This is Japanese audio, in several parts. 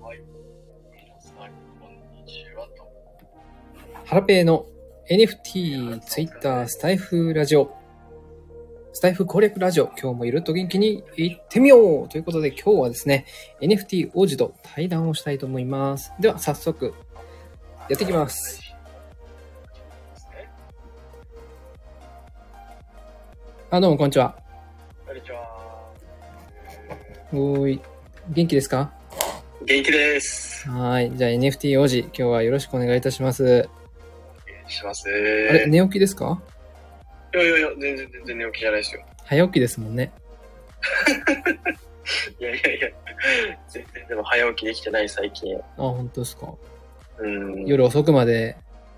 はい。皆さん、こんにちはと。 ハラペーの NFT、Twitter、スタイフラジオ、スタイフ攻略ラジオ、今日もゆるっと元気に行ってみようということで、今日はですね、NFT 王子と対談をしたいと思います。では、早速、やっていきます。どうも、こんにちは。 こんにちは。 おーい、元気ですか？ 元気です。 はい。じゃあ NFT 王子、今日はよろしくお願いいたします。 お願いします。 あれ、寝起きですか？ いや、全然寝起きじゃないですよ。 早起きですもんね。 いや、全然でも早起きできてない最近。 本当ですか？ 夜遅くまで。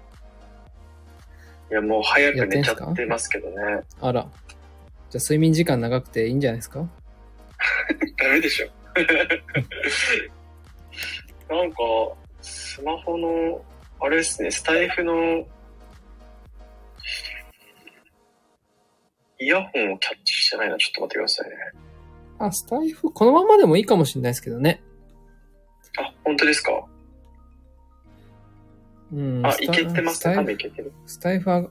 いや、もう早く寝ちゃってますけどね。 あら。じゃあ睡眠時間長くていいんじゃないですか？ ダメでしょ。なんか、スマホの、あれですね、スタイフの、イヤホンをキャッチしてないな。ちょっと待ってくださいね。 スタイフ、このままでもいいかもしれないですけどね。 本当ですか？いけてますね。多分いけてる。 スタイフ。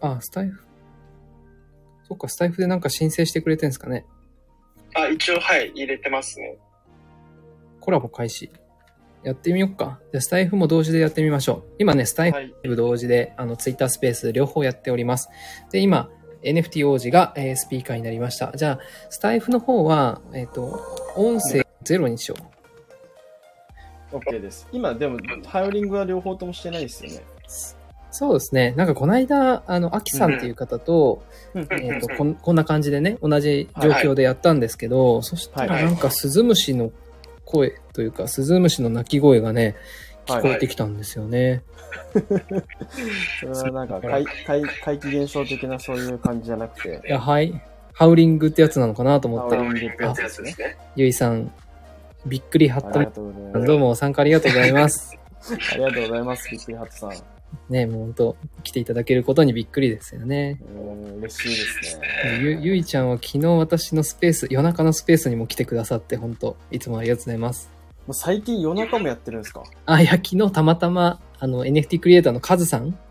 そっか、スタイフでなんか申請してくれてるんですかね。 一応、はい、入れてますね。 コラボ開始。やってみよっか。じゃあ、スタイフも同時でやってみましょう。今ね、スタイフ同時で、ツイッタースペース両方やっております。で、今、NFT 王子が、スピーカーになりました。じゃあ、スタイフの方は、音声ゼロにしよう。OK です。今、でも、ハウリングは両方ともしてないですよね。 そうですね。なんかこの間、アキさんっていう方と、こんな感じでね、同じ状況でやったんですけど、そしたらなんかスズムシの声というか、スズムシの鳴き声がね、聞こえてきたんですよね。 それはなんか怪奇現象的なそういう感じじゃなくて。 いや、はい。ハウリングってやつなのかなと思って。 ハウリングってやつですね。 ゆいさん、びっくりハット。どうも参加ありがとうございます。 ありがとうございます、びっくりハットさん。 ね、もう本当来ていただけることにびっくりですよね。 嬉しいですね。 ゆいちゃんは昨日私のスペース、夜中のスペースにも来てくださって本当いつもありがとうございます。 もう最近夜中もやってるんですか？ いや、昨日たまたまNFT クリエイターのカズさん、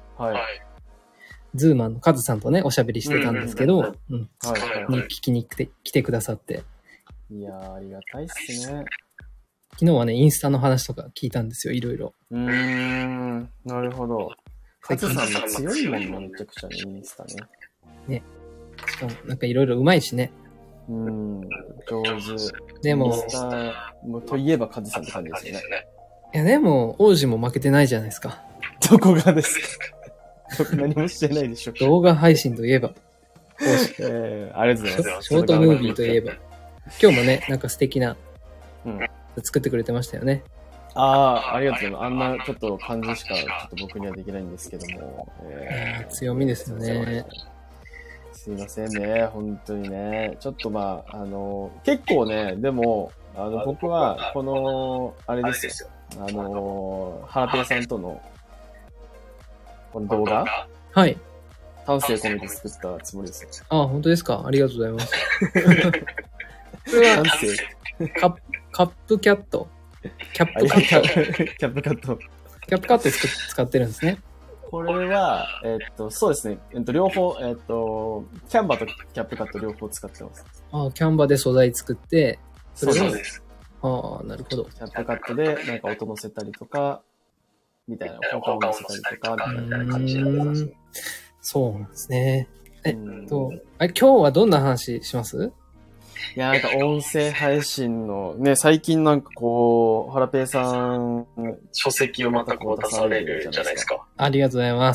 ズーマンのカズさんとねおしゃべりしてたんですけど、に聞きに来てくださって。 いやー、ありがたいっすね。 昨日はね、インスタの話とか聞いたんですよ、いろいろ。 なるほど。カズさんも強いもんね、めちゃくちゃね、インスタね。 ね。しかも、なんかいろいろ上手いしね。 上手。 でも、 インスタといえばカズさんって感じですよね。 いや、でも、王子も負けてないじゃないですか。 どこがですか？何もしてないでしょ。 動画配信といえば。 ありがとうございます。 ショートムービーといえば。今日もね、なんか素敵な、作ってくれてましたよね。 ありがとうございます。あんなちょっと感じしかちょっと僕にはできないんですけども。 強みですよね。 すいませんね、本当にね。ちょっと結構ね、でも、僕は、この、あれですよ。ハラペーさんとの、この動画？ はい。 丹精込めて作ったつもりですよ。 本当ですか？ありがとうございます。 これは、 カップキャット。キャップカット使ってるんですね。 これは、そうですね。両方、キャンバとキャップカット両方使ってます。 キャンバで素材作って、 そうです。 なるほど。 キャップカットでなんか音乗せたりとか、みたいな、効果を乗せたりとか、みたいな感じになってますね。 そうなんですね。今日はどんな話します？ いや、なんか音声配信のね、最近なんかこう、ハラペーさん、 書籍をまたこう出されるじゃないですか。 ありがとうございます。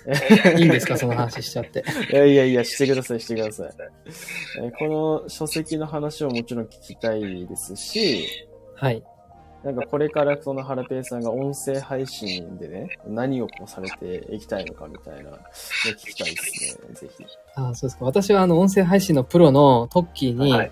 いいんですか、その話しちゃって。 いや、してください。この書籍の話をもちろん聞きたいですし、 はい。 なんかこれからそのハラペーさんが音声配信でね、何をこうされていきたいのかみたいなの聞きたいですね、ぜひ。 そうですか。私は音声配信のプロのトッキーに、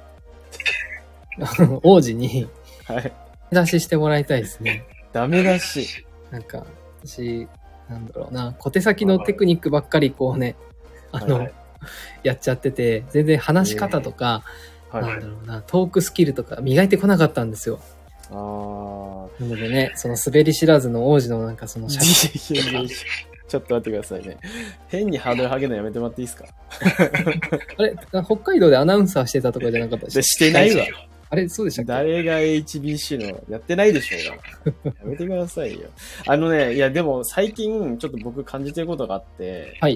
王子に、出ししてもらいたいですね。 ダメ出し。 なんか、私、なんだろうな、小手先のテクニックばっかりこうね、やっちゃってて、全然話し方とか、なんだろうな、トークスキルとか磨いてこなかったんですよ。 なのでね、その滑り知らずの王子のなんかそのちょっと待ってくださいね。変にハードル上げるのやめてもらっていいですか？ あれ、北海道でアナウンサーしてたとかじゃなかったでしょ？ してないわ。 あれ、そうでしたっけ？ 誰が HBC のやってないでしょうが。やめてくださいよ。いやでも最近ちょっと僕感じてることがあって、 はい。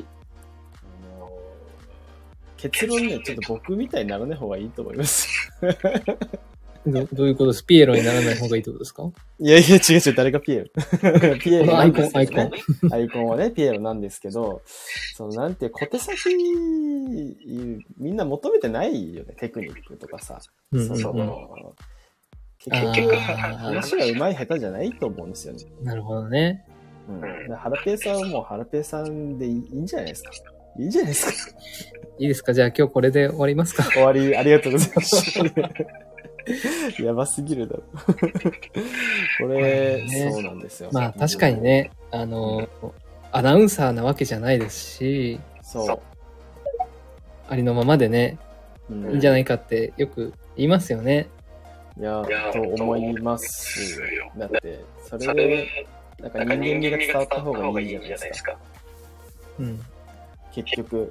結論ね、ちょっと僕みたいにならない方がいいと思います。 どういうことです？ピエロにならない方がいいってことですか？ いや、違う、誰がピエロピエロなんですよ、ね。 アイコンはね、ピエロなんですけど、なんて小手先、みんな求めてないよね、テクニックとかさ。結局、話が上手い下手じゃないと思うんですよね。 なるほどね。 ハラペーさんはもうハラペーさんでいいんじゃないですか。いいじゃないですか。 いいですか？じゃあ今日これで終わりますか？ 終わり、ありがとうございます。やばすぎるだろ。これ、そうなんですよ。 まあ確かにね、アナウンサーなわけじゃないですし、 そう。 ありのままでね、いいんじゃないかってよく言いますよね。 いや、と思いますよ。だって、それで、なんか人間味が伝わった方がいいじゃないですか。結局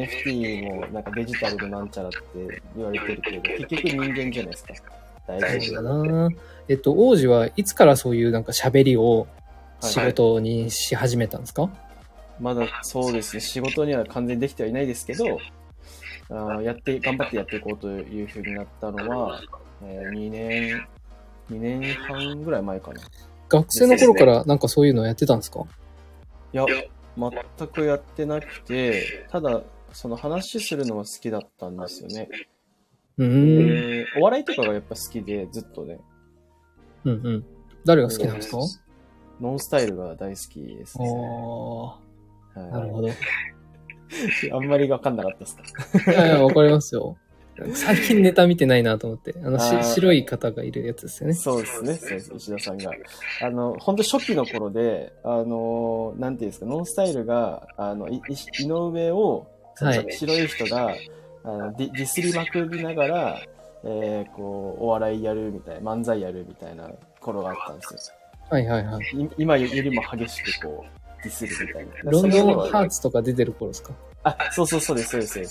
NFT もなんかデジタルのなんちゃらって言われてるけど、結局人間じゃないですか。 大事だな。王子はいつからそういうなんか喋りを仕事にし始めたんですか？ まだそうですね。仕事には完全にできてはいないですけど、頑張ってやっていこうという風になったのは、2年半ぐらい前かな。 学生の頃からなんかそういうのやってたんですか？ いや、全くやってなくて、ただ、その話するのは好きだったんですよね。お笑いとかがやっぱ好きで、ずっとね。 誰が好きなんですか？ ノンスタイルが大好きですね。 なるほど。 あんまりわかんなかったですか？いや、わかりますよ。最近ネタ見てないなと思って。白い方がいるやつですよね。 そうですね。石田さんが。本当初期の頃で、なんていうんですか、ノンスタイルが、井上を、白い人が、ディスりまくりながら、お笑いやるみたいな、漫才やるみたいな頃があったんですよ。今よりも激しくディスるみたいな。 ロンドンハーツとか出てる頃ですか？ そうです。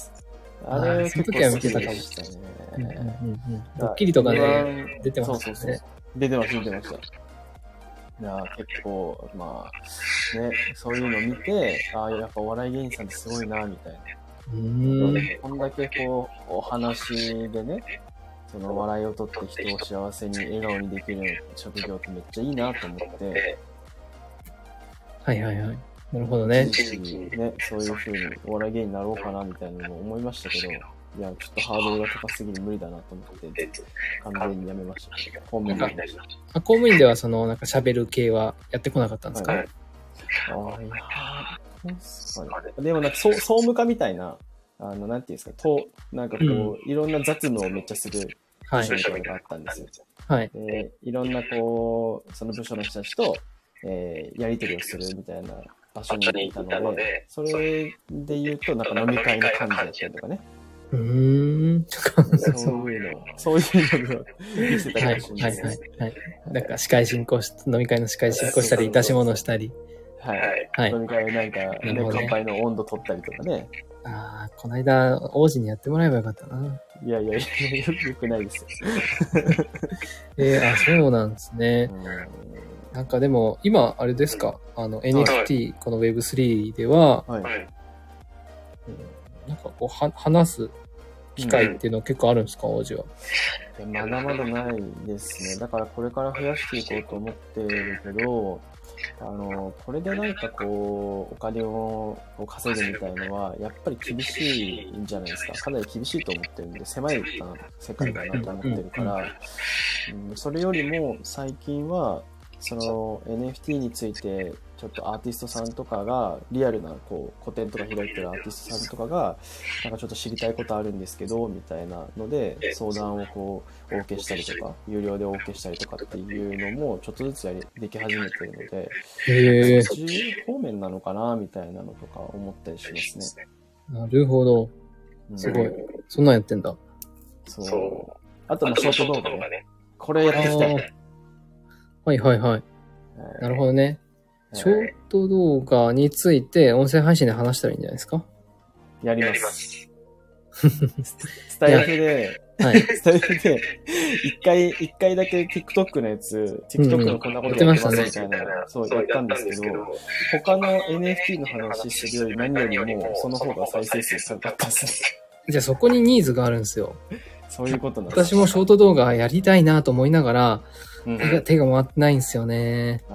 あれ結構好きでしたね。 ドッキリとかね、出てましたね。 出てました。いや結構、まあ、ね、そういうのを見て、やっぱお笑い芸人さんってすごいな、みたいな。こんだけお話でね、その笑いを取って人を幸せに笑顔にできる職業ってめっちゃいいなと思って。 なるほどね。 ね、そういう風にお笑い芸人になろうかなみたいなのも思いましたけど、いや、ちょっとハードルが高すぎて無理だなと思って、完全にやめました。公務員でやめました。 公務員ではなんか喋る系はやってこなかったんですか？ でもなんか総務課みたいな、なんていうんですか、なんかいろんな雑務をめっちゃする部署みたいなのがあったんですよ。いろんなその部署の人たちと、やり取りをするみたいな場所にいたので、それで言うと、なんか飲み会の幹事やったりとかね。そういうのを見せたりしますね。 なんか飲み会の司会進行したり、いたし物したり。 飲み会なんか、乾杯の温度取ったりとかね。 この間、王子にやってもらえばよかったな。 いや、よくないですよ。そうなんですね。なんかでも、今、あれですか、NFT、この Web3 では、なんか話す機会っていうのは結構あるんですか、王子は。 まだまだないですね。だからこれから増やしていこうと思ってるけど、これでなんかお金を稼ぐみたいのは、やっぱり厳しいんじゃないですか。かなり厳しいと思ってるんで、狭い世界だなと思ってるから、それよりも最近は、その NFT についてちょっとアーティストさんとかがリアルな個展とか開いてるアーティストさんとかがなんかちょっと知りたいことあるんですけどみたいなので相談をお受けしたりとか有料でお受けしたりとかっていうのもちょっとずつでき始めてるので、そっち方面なのかなみたいなのとか思ったりしますね。 なるほど。すごい。そんなんやってんだ。 そう。あとショート動画ね。これやっていきたい。 はいはいはい。なるほどね。ショート動画について音声配信で話したらいいんじゃないですか？ やります。スタイフで、スタイフで、一回だけ TikTok のやつ、TikTok のこんなことやってますみたいな、そうやったんですけど、他の NFT の話するより何よりも、その方が再生数高かったです。 じゃあそこにニーズがあるんですよ。 そういうことなんです。 私もショート動画やりたいなと思いながら、手が回ってないんですよね。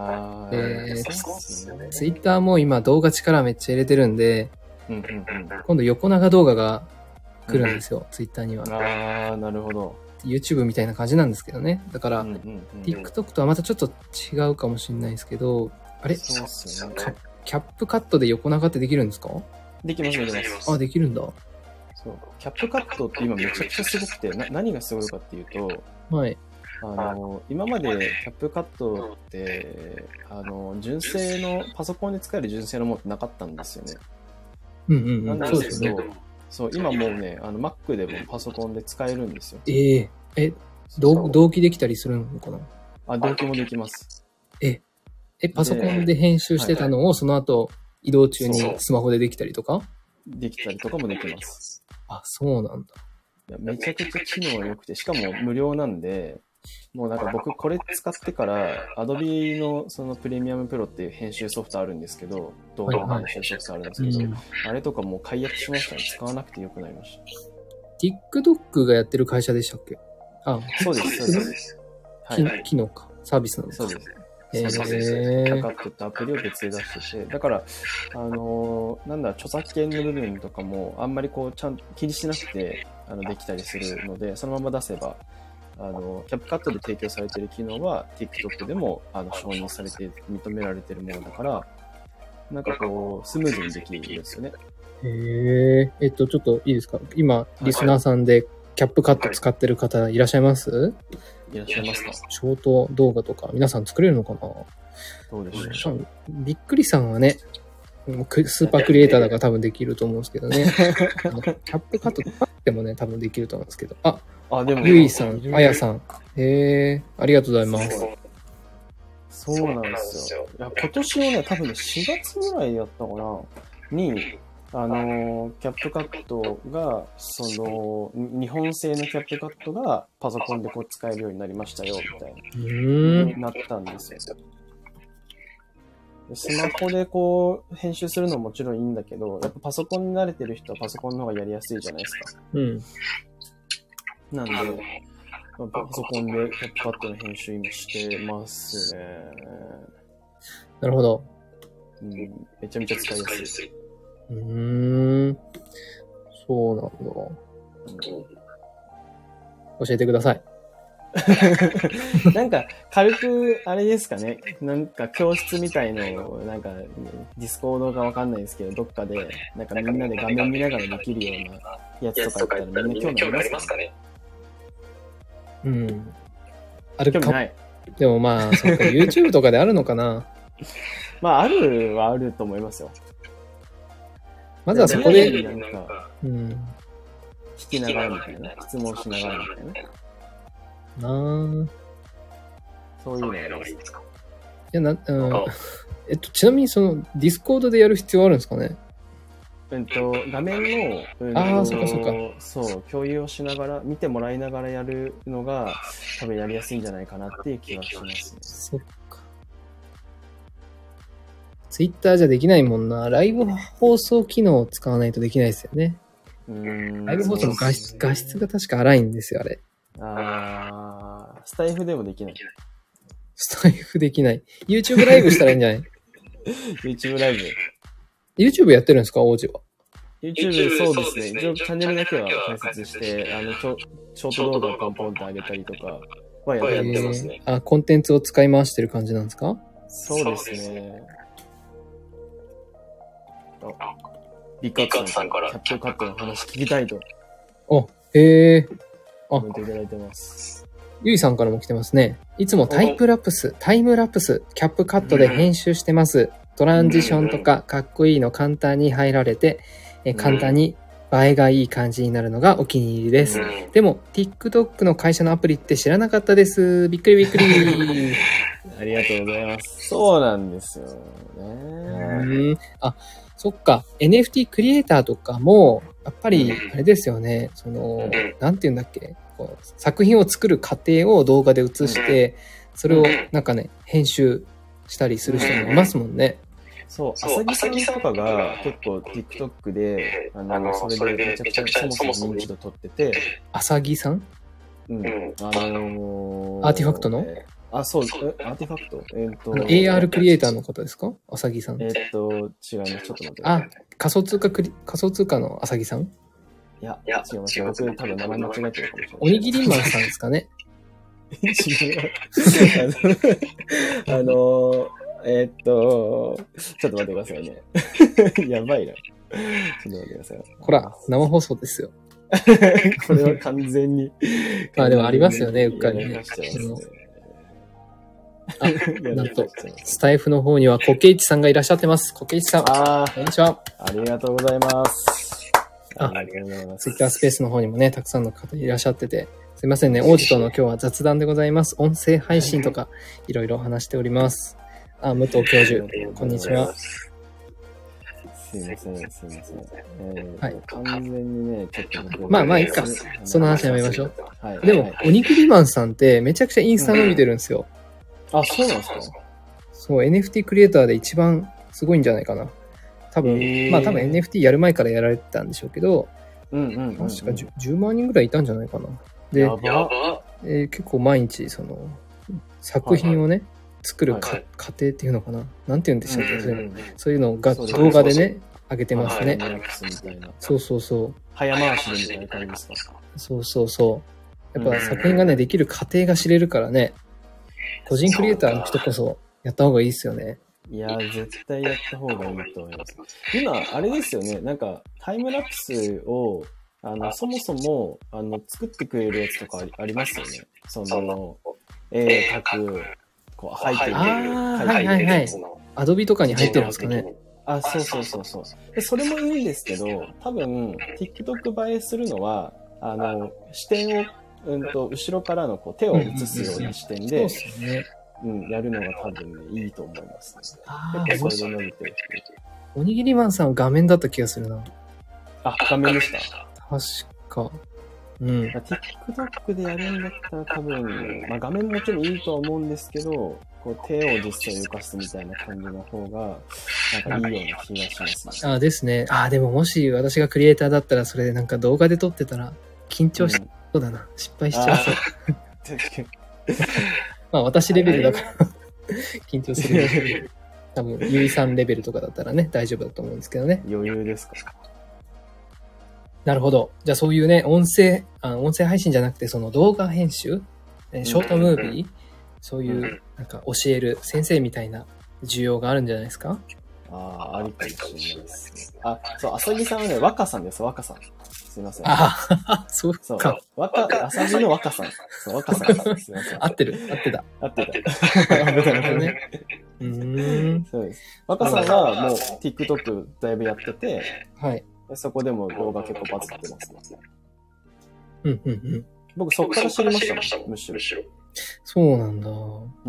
ツイッターも今動画力めっちゃ入れてるんで、今度横長動画が来るんですよ、ツイッターには。 ああ、なるほど。 YouTube みたいな感じなんですけどね。だから、TikTok とはまたちょっと違うかもしれないですけど、あれ、そうっすよね、キャップカットで横長ってできるんですか？ できます、できます。 あ、できるんだ。 そう。キャップカットって今めちゃくちゃすごくて、何がすごいかっていうと、 はい。 今までキャップカットって、純正の、パソコンで使える純正のものってなかったんですよね。なんですけど、そう、今もうね、Mac でもパソコンで使えるんですよ。 同期できたりするのかな？ あ、同期もできます。 パソコンで編集してたのをその後移動中にスマホでできたりとか？ できたりとかもできます。 あ、そうなんだ。 いや、めちゃくちゃ機能が良くて、しかも無料なんで、もうなんか僕これ使ってから Adobe のそのプレミアムプロっていう編集ソフトあるんですけど、動画の編集ソフトあるんですけど、あれとかもう解約しましたね。使わなくてよくなりました。 TikTok がやってる会社でしたっけ？あ、 そうです、そうです。 機能か。サービスなんですか？ そうです。キャカットってアプリを別で出してて、だから、著作権の部分とかもあんまりこう、ちゃんと気にしなくて、できたりするので、そのまま出せば、キャップカットで提供されている機能は TikTok でも承認されて認められているものだから、なんかこう、スムーズにできるんですよね。 ちょっといいですか？今、リスナーさんでキャップカット使ってる方いらっしゃいます？ いらっしゃいますか？ ショート動画とか皆さん作れるのかな？ どうでしょう。 びっくりさんはね、スーパークリエイターだから多分できると思うんですけどね。キャップカットでもね、多分できると思うんですけど。でもゆいさん、あやさん。ありがとうございます。 そうなんですよ。いや、今年のね、多分ね、4月ぐらいやったかな、に、キャップカットが、日本製のキャップカットがパソコンでこう使えるようになりましたよ、みたいな。なったんですよ。スマホでこう、編集するのももちろんいいんだけど、やっぱパソコンに慣れてる人はパソコンの方がやりやすいじゃないですか。なんで、パソコンでキャップカットの編集今してますね。 なるほど。 めちゃめちゃ使いやすい。 そうなんだ。教えてください。 なんか、軽く、あれですかね。なんか、教室みたいのを、なんか、ディスコードがわかんないですけど、どっかで、なんかみんなで画面見ながらできるようなやつとかやったらみんな興味ありますかね？ あるかも。でもまあ、そうか、YouTube とかであるのかな？ まあ、あるはあると思いますよ。 まずはそこで、 なんか、聞きながらみたいな、質問しながらみたいな。そういうのやりますか？ いや、ちなみにその、ディスコードでやる必要あるんですかね？ 画面の、 そう、 共有をしながら、見てもらいながらやるのが、多分やりやすいんじゃないかなっていう気がしますね。 そっか。ツイッターじゃできないもんな。ライブ放送機能を使わないとできないですよね。ライブ放送の画質が確か荒いんですよ、あれ。 スタイフでもできない。 スタイフできない。YouTube ライブしたらいいんじゃない？ YouTube ライブ。 YouTube やってるんですか、王子は。 YouTube、そうですね。一応チャンネルだけは開設して、ショート動画をポンポンと上げたりとかはやってますね。 コンテンツを使い回してる感じなんですか？ そうですね。ビッグカットさんからキャップカットの話聞きたいと。コメントいただいてます。 ゆいさんからも来てますね。いつもタイムラプス、キャップカットで編集してます。トランジションとかかっこいいの簡単に入られて、簡単に映えがいい感じになるのがお気に入りです。でも、TikTok の会社のアプリって知らなかったです。びっくりびっくり。 ありとうございます。そうなんですよね。 あ、そっか。NFT クリエイターとかも、やっぱり、あれですよね。なんて言うんだっけ。こう作品を作る過程を動画で映して、それをなんかね、編集したりする人もいますもんね。 そう、浅木さんとかが結構 TikTok で、それでめちゃくちゃそもそも認知度取ってて。 浅木さん？ うん。アーティファクトの？ そう、アーティファクト AR クリエイターの方ですか？浅木さん。 違います。ちょっと待って。 仮想通貨の浅木さん？ いや、違います。僕多分名前間違えてるかもしれない。 おにぎりマンさんですかね？ 違う。ちょっと待ってくださいね。やばいな。ちょっと待ってください。 ほら、生放送ですよ。 これは完全に。 まあでもありますよね、うっかりね。なんと、スタイフの方にはコケイチさんがいらっしゃってます。コケイチさん。こんにちは。 ありがとうございます。 ツイッタースペースの方にもね、たくさんの方いらっしゃってて、すいませんね、王子との今日は雑談でございます。音声配信とか、いろいろ話しております。武藤教授、こんにちは。 すいません。 はい。 完全にね、ちょっとまあいいか。その話やめましょう。 はい。 でも、おにぎりマンさんってめちゃくちゃインスタ伸びてるんですよ。 あ、そうなんですか？ そう、NFT クリエイターで一番すごいんじゃないかな。多分 NFT やる前からやられてたんでしょうけど、確か10万人ぐらいいたんじゃないかな。で、結構毎日、作品をね、作る過程っていうのかな。なんて言うんでしたっけ？そういうのが動画でね、上げてますね。そう。 早回しでみたいな感じですか？ そう。やっぱ作品がね、できる過程が知れるからね、個人クリエイターの人こそやった方がいいですよね。 いや、絶対やった方がいいと思います。今、あれですよね、なんか、タイムラプスを、そもそも、作ってくれるやつとかありますよね。絵描く、こう、背景はい。アドビとかに入ってるんですかね。 そう。で、それもいいんですけど、多分、TikTok 映えするのは、視点を、後ろからのこう手を映すような視点で、やるのが多分ね、いいと思いますね。結構それで伸びてる。 おにぎりマンさんは画面だった気がするな。 画面でした。 確か。 TikTok でやるんだったら多分、画面もちろんいいとは思うんですけど、こう手を実際動かすみたいな感じの方が、なんかいいような気がしますね。 ですね。でももし私がクリエイターだったら、それでなんか動画で撮ってたら、緊張しそうだな。失敗しちゃうそう。私レベルだから緊張する。多分、ゆいさんレベルとかだったらね、大丈夫だと思うんですけどね。 余裕ですか？ なるほど。じゃあそういうね、音声配信じゃなくて、その動画編集、ショートムービー、そういうなんか教える先生みたいな需要があるんじゃないですか？ ありかもしれないですね。そう、浅木さんはね、若さんです、若さん。すいません。 そうか。 浅木の若さん。そう、若さん。すいません。 合ってた。 そうです。若さんはもう TikTok だいぶやってて、 はい。 そこでも動画結構バズってますね。 僕そっから知りましたもん、むしろ。 そうなんだ。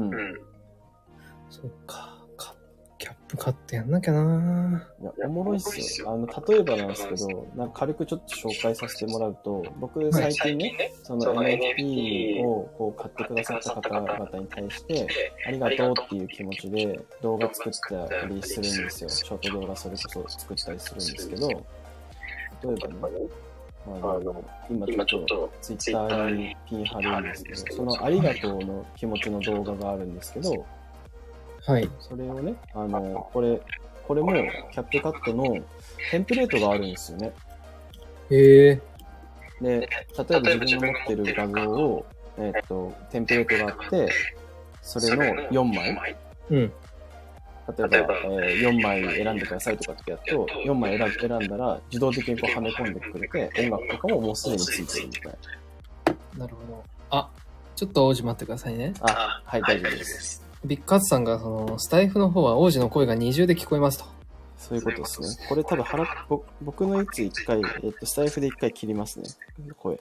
そっか。キャップ買ってやんなきゃな。 いや、おもろいっすよ。例えばなんですけど、なんか軽くちょっと紹介させてもらうと、僕最近ね、その NFT をこう買ってくださった方々に対して、ありがとうっていう気持ちで動画作ったりするんですよ。ショート動画それこそ作ったりするんですけど、例えばね、今ちょっとツイッターにピン貼るんですけど、そのありがとうの気持ちの動画があるんですけど、 はい。 それをね、これもキャップカットのテンプレートがあるんですよね。 へえ。 で、例えば自分の持ってる画像を、テンプレートがあって、それの4枚。例えば、4枚選んでくださいとかってやると、4枚選んだら自動的にこうはめ込んでくれて、音楽とかももうすでについてるみたいな。なるほど。ちょっと王子待ってくださいね。 はい、大丈夫です。 ビッグカツさんが、スタイフの方は王子の声が二重で聞こえますと。 そういうことですね。これ多分僕の位置一回、スタイフで一回切りますね。声。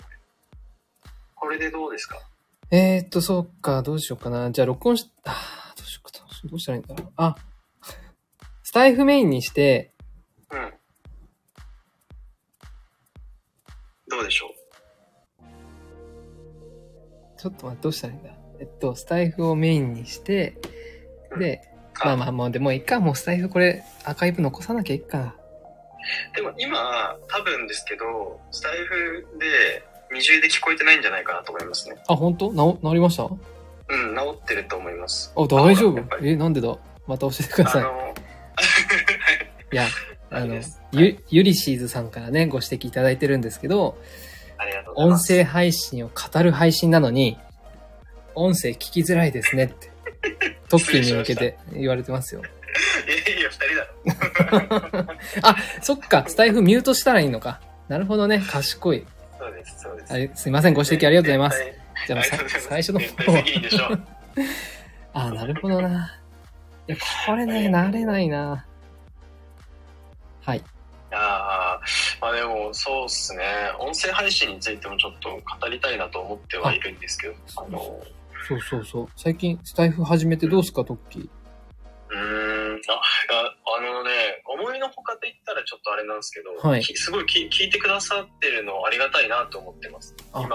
これでどうですか？ そうか、どうしようかな。じゃあ録音どうしようかと。 どうしたらいいんだろう。あ、スタイフメインにして、 うん。どうでしょう。 ちょっと待って、どうしたらいいんだ。スタイフをメインにして、で、もうでもいいか、もうスタイフこれアーカイブ残さなきゃいいかな。 でも今、多分ですけど、スタイフで二重で聞こえてないんじゃないかなと思いますね。 あ、本当？治りました？ うん、治ってると思います。 あ、大丈夫？なんでだ？また教えてください。いや、ユリシーズさんからね、ご指摘いただいてるんですけど、 ありがとうございます。 音声配信を語る配信なのに、音声聞きづらいですねって、トッキーに向けて言われてますよ。 いや、二人だろ。 あ、そっか、スタイフミュートしたらいいのか。なるほどね、賢い。 そうです、そうです。 すいません、ご指摘ありがとうございます。じゃあ最初の方は。あ、なるほどな。いや、これね、慣れないな。はい。 まあでも、そうっすね。音声配信についてもちょっと語りたいなと思ってはいるんですけど、 そう。最近、スタイフ始めてどうすか、トッキー。 思いのほかと言ったらちょっとあれなんですけど、 はい、 すごい聞いてくださってるのありがたいなと思ってます。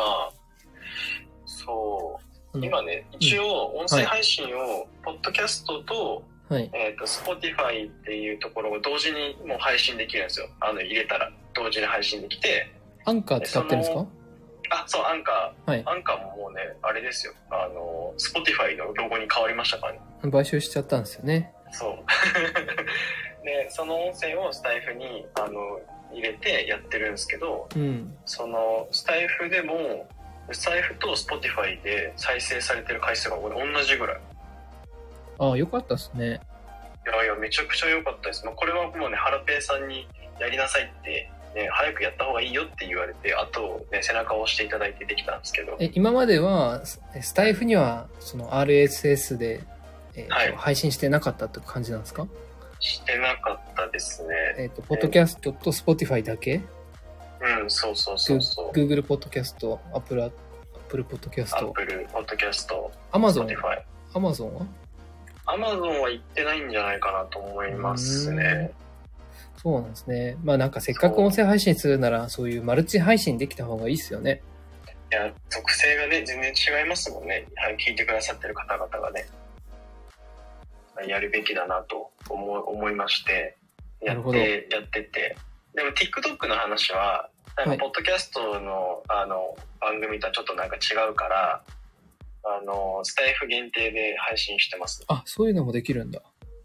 今ね、一応音声配信を、ポッドキャストと、Spotify っていうところを同時にもう配信できるんですよ。入れたら同時に配信できて。 アンカー使ってるんですか？ そう、アンカー。アンカーももうね、あれですよ。Spotify のロゴに変わりましたからね。 買収しちゃったんですよね。 そう。で、その音声をスタイフに、入れてやってるんですけど、その、スタイフでも、スタイフと Spotify で再生されてる回数が同じぐらい。 ああ、よかったですね。 いや、めちゃくちゃ良かったです。これはもうね、ハラペーさんにやりなさいって、ね、早くやった方がいいよって言われて、あと、ね、背中を押していただいてできたんですけど。 今までは、スタイフには、その RSS で、配信してなかったって感じなんですか？ してなかったですね。 ポッドキャストと Spotify だけ？ そう。 Google ポッドキャスト、Apple ポッドキャスト。 Apple ポッドキャスト。 Amazon は？ Amazon は行ってないんじゃないかなと思いますね。 そうなんですね。なんかせっかく音声配信するなら、そういうマルチ配信できた方がいいですよね。 いや、属性がね、全然違いますもんね。聞いてくださってる方々がね。やるべきだなと思いまして、やってて。でも TikTok の話は、ポッドキャストの、番組とはちょっとなんか違うから、スタイフ限定で配信してます。 あ、そういうのもできるんだ。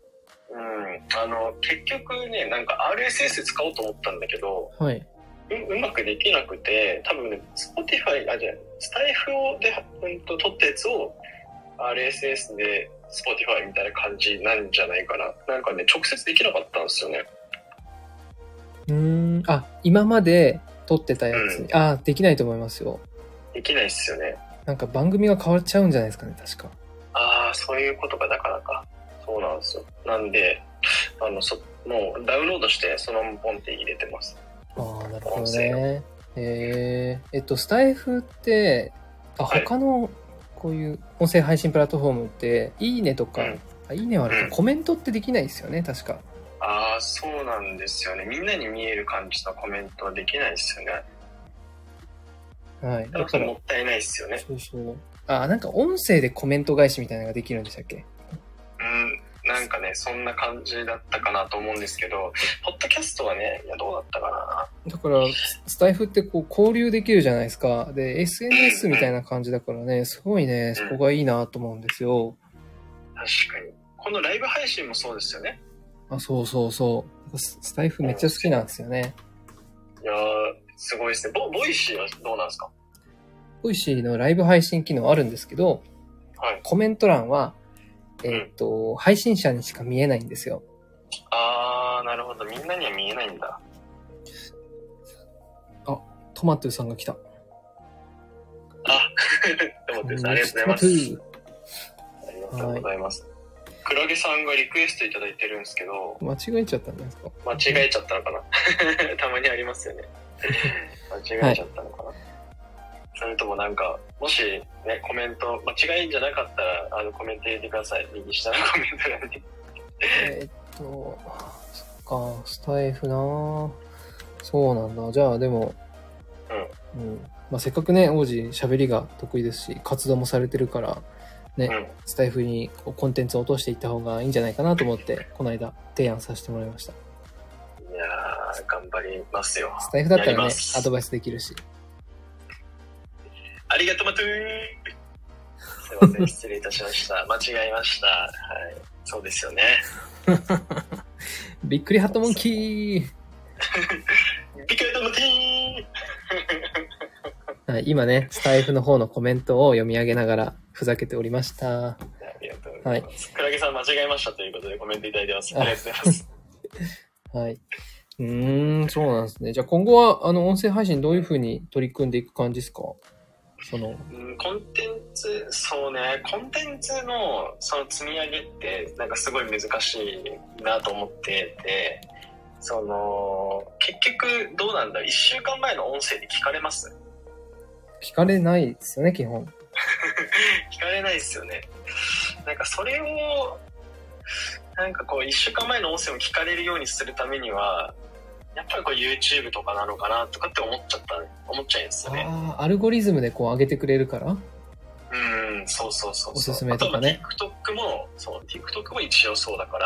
結局ね、なんか RSS 使おうと思ったんだけど、 はい。 うまくできなくて、多分ね、スタイフで、撮ったやつを RSS で、Spotify みたいな感じなんじゃないかな。なんかね、直接できなかったんですよね。 今まで撮ってたやつ、できないと思いますよ。 できないっすよね。 なんか番組が変わっちゃうんじゃないですかね、確か。 そういうことか、だからか。そうなんですよ。なんで、もうダウンロードしてそのままポンって入れてます。 なるほどね。スタイフって、他のこういう音声配信プラットフォームって、いいねとか、いいねはあるか、コメントってできないですよね、確か。 そうなんですよね。みんなに見える感じのコメントはできないですよね。 はい。 だからもったいないですよね。 そう。なんか音声でコメント返しみたいなのができるんでしたっけ？ なんかね、そんな感じだったかなと思うんですけど、ポッドキャストはね、どうだったかな。 だから、スタイフってこう交流できるじゃないですか。で、SNS みたいな感じだからね、すごいね、そこがいいなと思うんですよ。 確かに。このライブ配信もそうですよね。 そう。スタイフめっちゃ好きなんですよね。 いやー、すごいですね。ボイシーはどうなんですか？ ボイシーのライブ配信機能あるんですけど、コメント欄は、配信者にしか見えないんですよ。 なるほど。みんなには見えないんだ。 トマトゥさんが来た。 トマトゥさん、ありがとうございます。ありがとうございます。クラゲさんがリクエストいただいてるんですけど。 間違えちゃったんですか？ 間違えちゃったのかなたまにありますよね。間違えちゃったのかな、 それともなんか、もしね、コメント、間違いじゃなかったら、コメント入れてください。右下のコメント欄に。 そっか、スタイフなぁ。そうなんだ。じゃあでも、せっかくね、王子喋りが得意ですし、活動もされてるから、ね、スタイフにコンテンツを落としていった方がいいんじゃないかなと思って、この間提案させてもらいました。 いやー、頑張りますよ。 スタイフだったらね、アドバイスできるし。 ありがとうまとー。すいません、失礼いたしました。間違えました。はい。そうですよね。 びっくりハットモンキー。 びっくりハットモンキー。はい、今ね、スタイフの方のコメントを読み上げながらふざけておりました。 ありがとうございます。クラゲさん間違えましたということでコメントいただいてます。ありがとうございます。 はい。そうなんですね。じゃあ今後は、音声配信どういうふうに取り組んでいく感じですか？ コンテンツ、そうね、コンテンツのその積み上げってなんかすごい難しいなと思ってて、結局どうなんだろう、1週間前の音声で聞かれます？ 聞かれないですよね、基本。 聞かれないですよね。なんかそれを、なんか1週間前の音声を聞かれるようにするためには、やっぱりYouTube とかなのかなとかって思っちゃうんですよね。 アルゴリズムで上げてくれるから？ そう。 おすすめとかね。 TikTok も一応そうだから、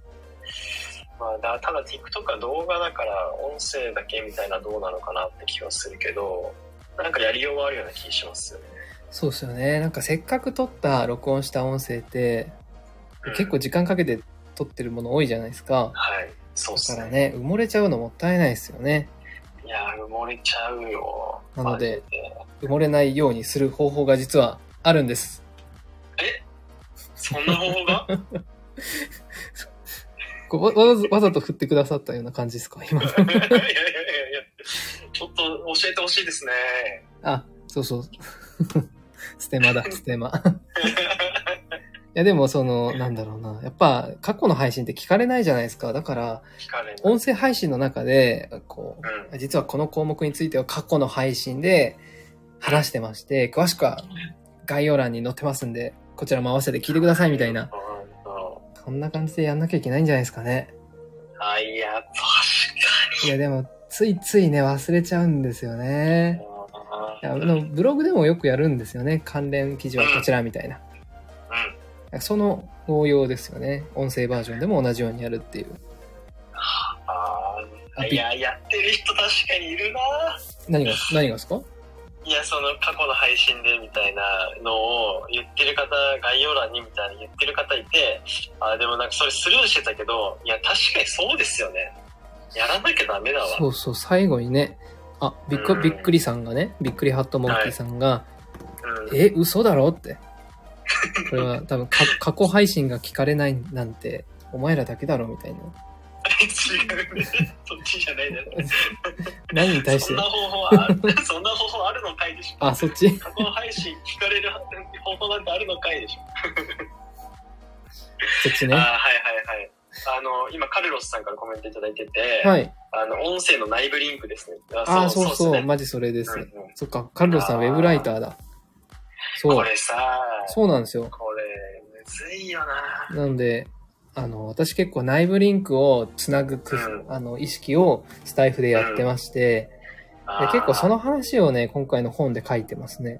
ただ TikTok は動画だから音声だけみたいなどうなのかなって気はするけど、なんかやりようはあるような気しますよね。 そうですよね。なんかせっかく撮った録音した音声って、結構時間かけて撮ってるもの多いじゃないですか。 はい。そうっすね。 だからね、埋もれちゃうのもったいないですよね。 いや、埋もれちゃうよ。 なので、埋もれないようにする方法が実はあるんです。 そんな方法がわざと振ってくださったような感じですか今。いや。 ちょっと教えてほしいですね。 あ、そうそう。ステマだ、ステマ。いやでもなんだろうな。やっぱ過去の配信って聞かれないじゃないですか。だから、音声配信の中で、実はこの項目については過去の配信で話してまして、詳しくは概要欄に載ってますんで、こちらも合わせて聞いてくださいみたいな。こんな感じでやんなきゃいけないんじゃないですかね。 いや、確かに。 いやでも、ついついね、忘れちゃうんですよね。ブログでもよくやるんですよね。関連記事はこちらみたいな。その応用ですよね。音声バージョンでも同じようにやるっていう。 いや、やってる人確かにいるな。 何がですか？ いや、過去の配信でみたいなのを言ってる方、概要欄にみたいな言ってる方いて、でもなんかそれスルーしてたけど、いや、確かにそうですよね。やらなきゃダメだわ。 そうそう、最後にね、びっくりさんがね、びっくりハットモンキーさんが、嘘だろって。これは多分過去配信が聞かれないなんて、お前らだけだろみたいな。 違うね。そっちじゃないだろ。 何に対して？ そんな方法あるのかいでしょ。 そっち？ 過去配信聞かれる方法なんてあるのかいでしょ。 そっちね。 はい。今、カルロスさんからコメントいただいてて、 はい。 音声の内部リンクですね。 そう、マジそれです。そっか、カルロスさんウェブライターだ。そう。 これさ、 そうなんですよ。 これ、むずいよな。 なので、私結構内部リンクをつなぐ、意識をスタイフでやってまして、で結構その話をね、今回の本で書いてますね。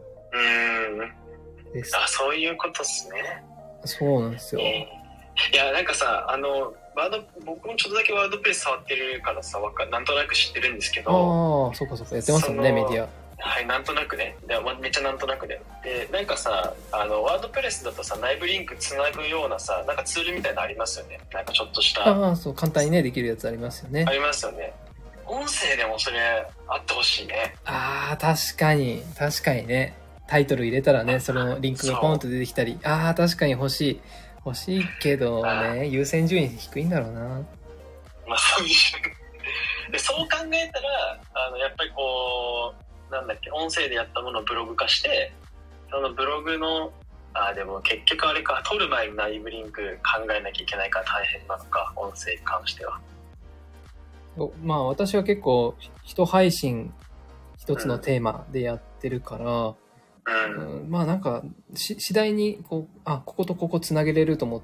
です。 そういうことっすね。 そうなんですよ。 いや、なんかさ、僕もちょっとだけワードプレス触ってるからさ、なんとなく知ってるんですけど。 そうか、やってますもんね、メディア。 はい、なんとなくね。めっちゃなんとなくで。で、なんかさ、ワードプレスだとさ、内部リンクつなぐようなさ、なんかツールみたいなのありますよね。なんかちょっとした。 そう、簡単にね、できるやつありますよね。 ありますよね。音声でもそれあってほしいね。 確かにね。タイトル入れたらね、そのリンクがポンと出てきたり。確かに欲しいけどね、優先順位低いんだろうな。 そうで、そう考えたら、やっぱり音声でやったものをブログ化して、そのブログの、でも結局あれか、撮る前に内部リンク考えなきゃいけないから大変なのか、音声に関しては。私は結構、一配信一つのテーマでやっってるから、 うん。 まあなんか次第にこことここつなげれると思って、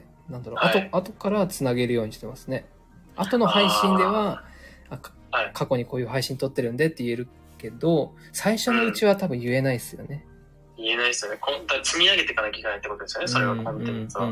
なんだろう、 はい後からつなげるようにしてますね。後の配信でははい。 過去にこういう配信撮ってるんでって言えるけど、最初のうちは多分言えないですよね。 言えないですよね。だから積み上げていかなきゃいけないってことですよね。それはコンテンツは。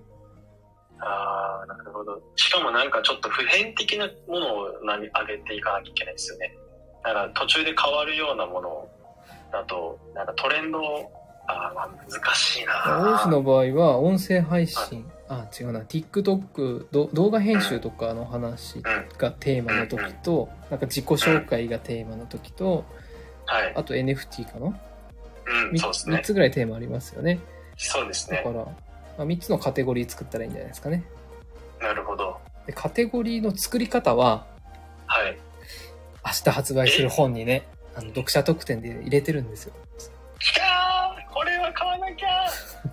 ああ、なるほど。しかもなんかちょっと普遍的なものを上げていかなきゃいけないですよね。だから途中で変わるようなものだと、なんかトレンドを、まあ難しいな。 王子の場合は音声配信、違うな、TikTok、動画編集とかの話がテーマの時と、なんか自己紹介がテーマの時と、あと NFT かな、 そうですね。 3つぐらいテーマありますよね。 そうですね。 だから、3つのカテゴリー作ったらいいんじゃないですかね。 なるほど。 でカテゴリーの作り方は、 はい。 明日発売する本にね、読者特典で入れてるんですよ。 これは買わなきゃ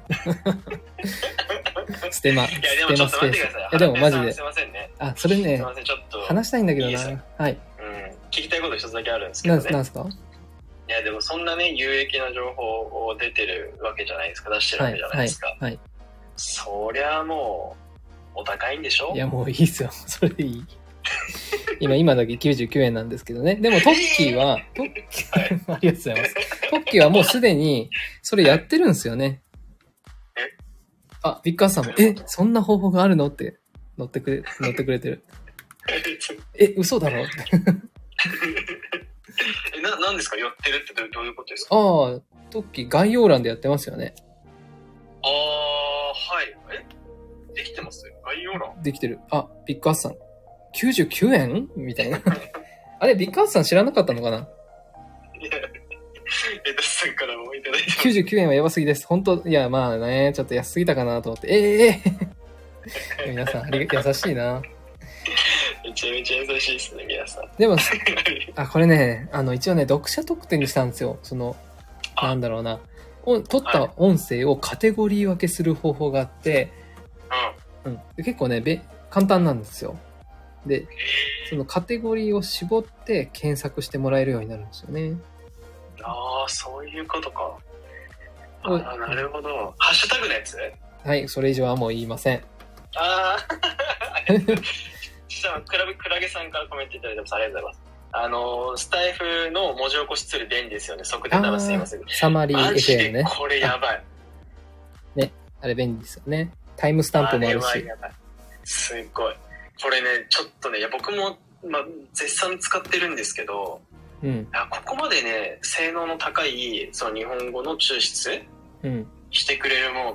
ステマスペース。 いや、でもちょっと待ってください。 いや、でもマジで。 すいませんね。 それね、 すいません、ちょっと。 話したいんだけどな。はい。 聞きたいこと一つだけあるんですけどね。 なんすか？ いや、でもそんなね、有益な情報を出てるわけじゃないですか。出してるわけじゃないですか。 はい。 そりゃもう、お高いんでしょ？ いや、もういいっすよ。それでいい。今だけ99円なんですけどね。でもトッキーは、ありがとうございます。トッキーはもうすでに、それやってるんですよね。ビッグアッサーも、そんな方法があるのって乗ってくれてる。嘘だろって。 何ですか？やってるってどういうことですか？ トッキー概要欄でやってますよね。 はい。できてます？概要欄できてる。ビッグアッサー。99円みたいな。あれ、ビッグアッサー知らなかったのかな？ いや、江田さんからもいただいてます。 99円はやばすぎです。本当いや、まあね、ちょっと安すぎたかなと思って。皆さん、優しいな。 めちゃめちゃ優しいですね、皆さん。 でも、これね、一応ね、読者特典にしたんですよ。なんだろうな。撮った音声をカテゴリー分けする方法があって、で結構ね、簡単なんですよ。で、そのカテゴリーを絞って検索してもらえるようになるんですよね。 そういうことか。なるほど。ハッシュタグのやつ？ はい、それ以上はもう言いません。 クラゲさんからコメントいただいてます。ありがとうございます。スタイフの文字起こしツール便利ですよね。即出たらすいません。 サマリー FM ね。 これやばい。 ね、あれ便利ですよね。タイムスタンプもあるし。 すっごい。これね、ちょっとね、僕も、絶賛使ってるんですけど、ここまでね、性能の高い、その日本語の抽出、してくれるものって、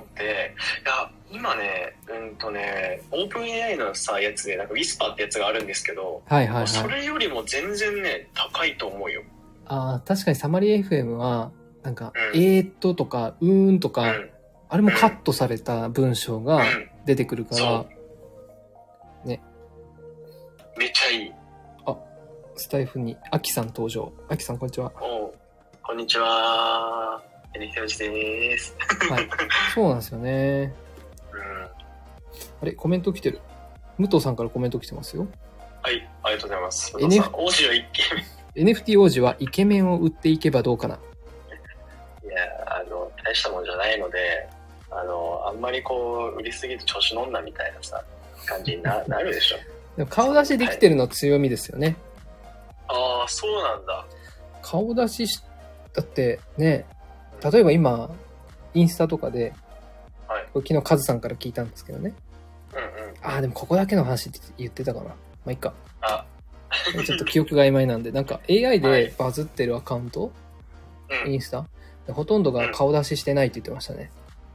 今ね、オープン AI のやつで、なんか Whisper ってやつがあるんですけど、それよりも全然ね、高いと思うよ。 確かにサマリー FM は、なんか、とか、とか、あれもカットされた文章が出てくるから、ね。 めっちゃいい。 スタイフに、アキさん登場。アキさん、こんにちは。 こんにちは。NT おじです。 はい。そうなんですよね。あれ、コメント来てる。武藤さんからコメント来てますよ。 はい、ありがとうございます。王子はイケメン。NFT 王子はイケメンを売っていけばどうかな。 いや、大したもんじゃないので、あんまり売りすぎて調子乗んなみたいな感じになるでしょ。 でも顔出しできてるの強みですよね。 そうなんだ。 顔出しだってね、例えば今、インスタとかで、これ昨日カズさんから聞いたんですけどね。でもここだけの話って言ってたかな。まあいいか。ちょっと記憶が曖昧なんで、なんか AI でバズってるアカウント、インスタほとんどが顔出ししてないって言ってましたね。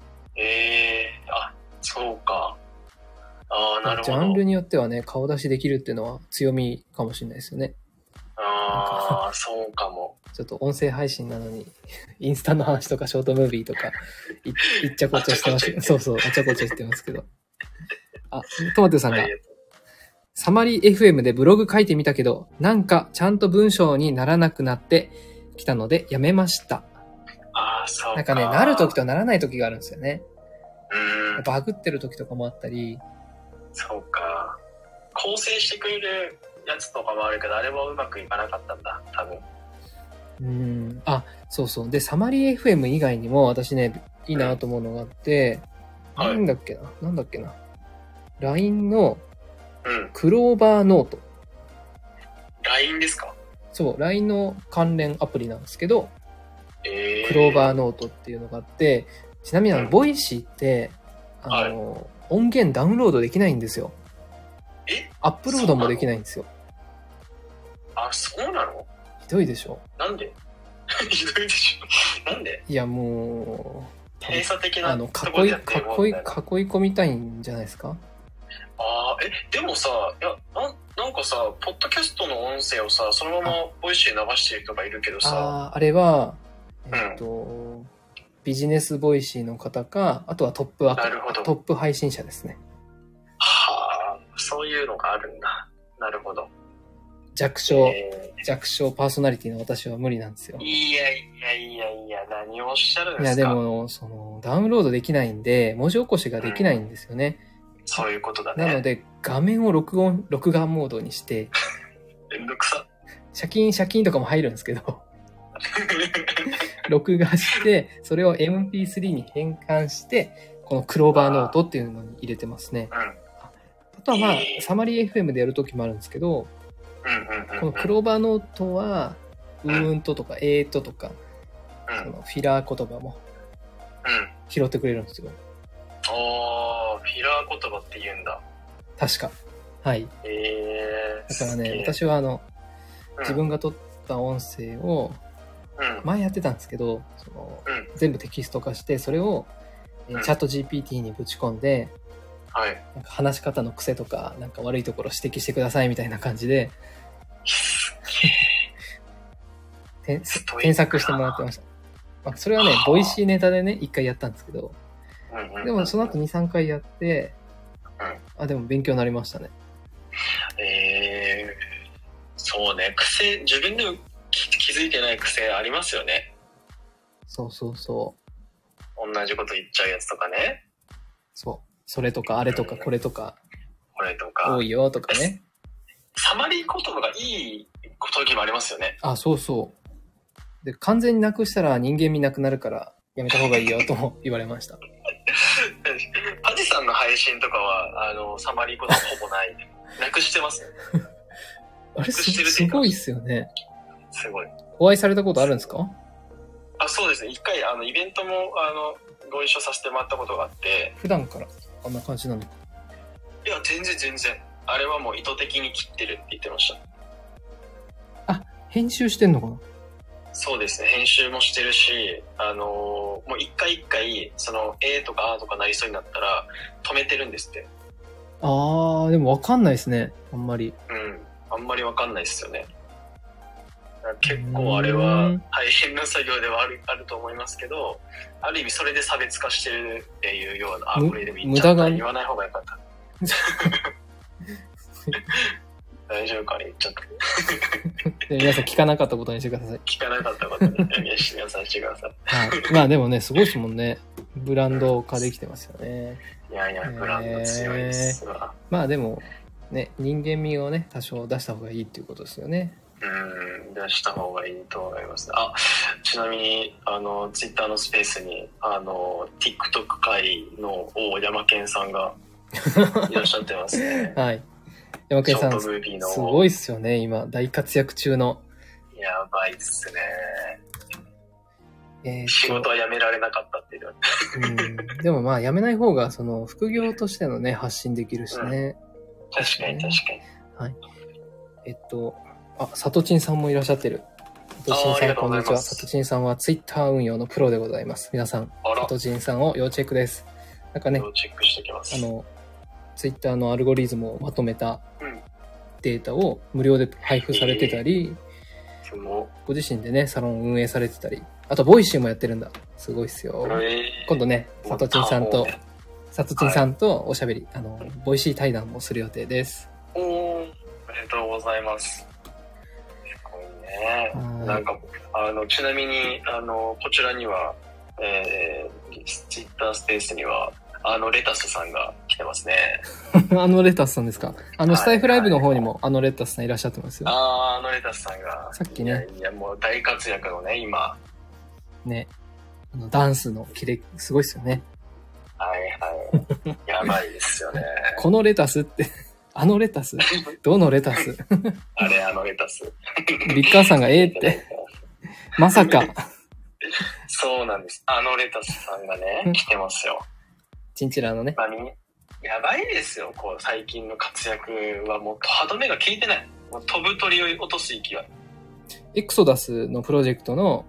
そうか。なるほど。 ジャンルによってはね、顔出しできるっていうのは強みかもしれないですよね。 そうかも。 ちょっと音声配信なのに、インスタの話とかショートムービーとか、いっちゃこっちゃしてますけど、そうそう、あちゃこっちゃしてますけど。トマトさんが、サマリー FM でブログ書いてみたけど、なんかちゃんと文章にならなくなってきたのでやめました。 そうか。 なんかね、なるときとならないときがあるんですよね。バグってるときとかもあったり。 そうか。構成してくれるやつとかもあるけど、あれもうまくいかなかったんだ、多分。 そうそう。で、サマリー FM 以外にも私ね、いいなと思うのがあって、なんだっけな。LINE のクローバーノート。 LINE ですか？ そう、LINE の関連アプリなんですけど、クローバーノートっていうのがあって、ちなみにボイシーって、音源ダウンロードできないんですよ。アップロードもできないんですよ。 あ、そうなの？ ひどいでしょ。 なんで？ひどいでしょ。なんで？ いや、もう、 閉鎖的な囲い込みたいんじゃないですか？ でもさ、なんかさ、ポッドキャストの音声をさ、そのままボイシー流してる人がいるけどさ。 あれは、ビジネスボイシーの方か、あとはトップ配信者ですね。 はあ、そういうのがあるんだ。なるほど。 弱小パーソナリティの私は無理なんですよ。 いや、何をおっしゃるんですか？ いや、でも、ダウンロードできないんで、文字起こしができないんですよね。 そういうことだね。 なので、画面を録画モードにして、 めんどくさ。 シャキンとかも入るんですけど、録画して、それを MP3 に変換して、このクローバーノートっていうのに入れてますね。あとはまあ、サマリー FM でやるときもあるんですけど、このクローバーノートは、とか、とか、そのフィラー言葉も拾ってくれるんですよ。 フィラー言葉って言うんだ。 確か。はい。だからね、私は自分が撮った音声を、前やってたんですけど、全部テキスト化して、それを、チャット GPT にぶち込んで、なんか話し方の癖とか、なんか悪いところ指摘してくださいみたいな感じで、添削してもらってました。それはね、ボイシーネタでね、1回やったんですけど、でもその後2、3回やって、でも勉強になりましたね。 そうね、自分でも気づいてない癖ありますよね。 そう。 同じこと言っちゃうやつとかね。 そう。それとか、あれとか、これとか。多いよとかね。 サマリー言葉がいい時もありますよね。 そう。で、完全になくしたら人間味なくなるからやめた方がいいよとも言われました。 パジさんの配信とかは、サマリー言葉ほぼない。なくしてます。 あれすごいっすよね。 すごい。 お会いされたことあるんですか？ そうですね。一回、イベントも、ご一緒させてもらったことがあって。 普段からあんな感じなのか？ いや、全然。あれはもう意図的に切ってるって言ってました。 編集してんのかな？ そうですね。編集もしてるし、もう一回、とかとかなりそうになったら、止めてるんですって。 でもわかんないですね。あんまり。 あんまりわかんないですよね。結構あれは大変な作業ではあると思いますけど、ある意味それで差別化してるっていうような、これでも言っちゃったら言わない方がよかった。大丈夫かね、言っちゃった。 皆さん聞かなかったことにしてください。 聞かなかったことに皆さんしてください。 まあでもね、すごいですもんね。ブランド化できてますよね。 いや、ブランド強いですわ。 まあでも、ね、人間味をね、多少出した方がいいっていうことですよね。 出した方がいいと思います。ちなみに、ツイッターのスペースに、TikTok 界の山健さんがいらっしゃってますね。 はい。山健さん、すごいっすよね、今、大活躍中の。 やばいっすね。仕事は辞められなかったっていう。 でもまあ、辞めない方が、副業としてのね、発信できるしね。 確かに。 はい。さとちんさんもいらっしゃってる。さとちんさん、こんにちは。さとちんさんはツイッター運用のプロでございます。皆さん、さとちんさんを要チェックです。なんかね、 要チェックしてきます。 ツイッターのアルゴリズムをまとめたデータを無料で配布されてたり、ご自身でね、サロン運営されてたり、あと、ボイシーもやってるんだ。すごいっすよ。今度ね、さとちんさんとおしゃべり、ボイシー対談もする予定です。 おめでとうございます。なんかちなみにこちらには、ツイッタースペースにはレタスさんが来てますね。 レタスさんですか？スタイフライブの方にもレタスさんいらっしゃってますよ。 レタスさんがさっきね。 いやもう大活躍のね今ね、ダンスのキレ、すごいっすよね。 はいはい。やばいですよね。 このレタスって、あのレタスどのレタスあれ、あのレタス。 ビッカーさんがって、まさか。 そうなんです。あのレタスさんがね、来てますよ。 チンチラのね。 やばいですよ、こう、最近の活躍はもう歯止めが効いてない。もう飛ぶ鳥を落とす勢い。 エクソダスのプロジェクトの、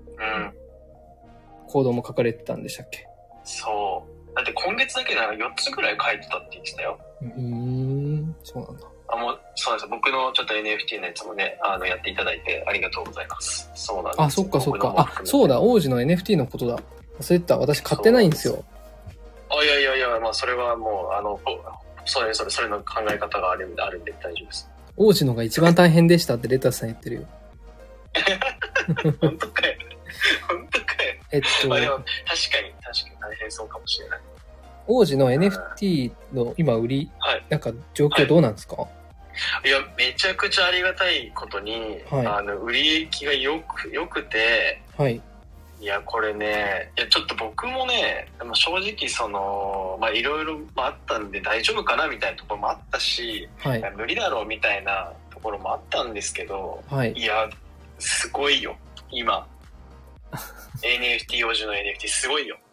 コードも書かれてたんでしたっけ？ そう。だって今月だけなら4つぐらい書いてたって言ってたよ。 そうなんだ。 もう、そうなんですよ。僕のちょっと NFT のやつもね、やっていただいてありがとうございます。そうなんです。 あ、そっかそっか。あ、そうだ、王子の NFT のことだ。忘れてた。私買ってないんですよ。 いや、まあ、それはもう、それの考え方があるんで大丈夫です。 王子のが一番大変でしたってレタスさん言ってるよ。 本当かよ。本当かよ。まあでも、確かに大変そうかもしれない。 王子の NFT の今売り、なんか状況どうなんですか？ いや、めちゃくちゃありがたいことに、売り行きがよくて、いや、これね、いや、ちょっと僕もね、正直まあ、いろいろあったんで大丈夫かなみたいなところもあったし、無理だろうみたいなところもあったんですけど、いや、すごいよ、今。NFT 王子の NFT すごいよ。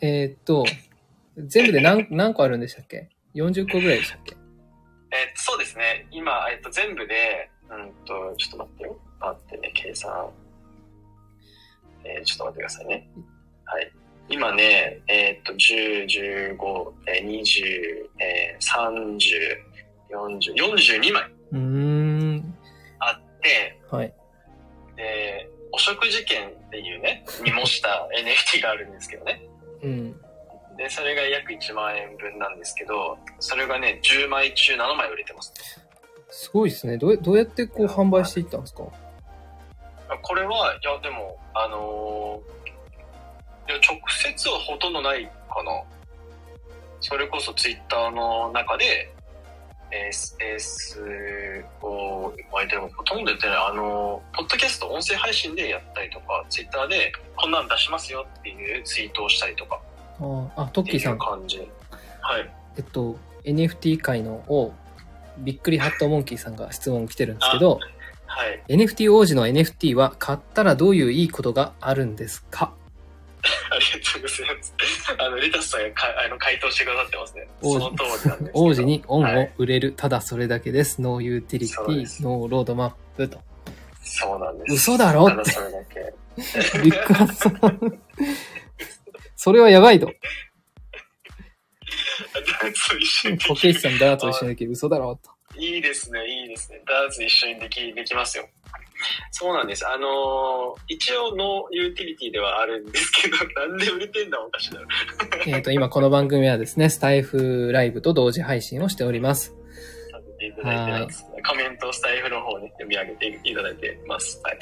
全部で何個あるんでしたっけ？ 40 個ぐらいでしたっけ？ そうですね。今、全部で、ちょっと待ってよ。計算。ちょっと待ってくださいね。はい。今ね、10、15、20、30、40、42枚。あって、で、汚職事件っていうね、に模した NFT があるんですけどね。で、それが約1万円分なんですけど、それがね、10枚中7枚売れてます。 すごいですね。どうやってこう販売していったんですか？ これは、いや、でも、直接はほとんどないかな。それこそツイッターの中で、でもほとんどやってない。ポッドキャスト音声配信でやったりとか、ツイッターでこんなん出しますよっていうツイートをしたりとか。 トッキーさん。 っていう感じ。はい。 NFT 界のびっくりハットモンキーさんが質問来てるんですけど、NFT 王子の NFT は買ったらどういういいことがあるんですか？ ありがとうございます。レタスさんが回答してくださってますね。その通りなんです。 王子にオンを売れる、ただそれだけです。ノーユーティリティ、ノーロードマップと。 そうなんです。 嘘だろって。 ただそれだけ。 ビッグハッサン。それはやばいと。ポケイチさんダーツを一緒にできる。嘘だろと。 いいですね。ダーツ一緒にできますよ。そうなんです。一応ノーユーティリティではあるんですけど、なんで売れてんだおかしいだろ。 今この番組はですね、スタイフライブと同時配信をしております。 させていただいてます。コメントをスタイフの方に読み上げていただいてます。はい。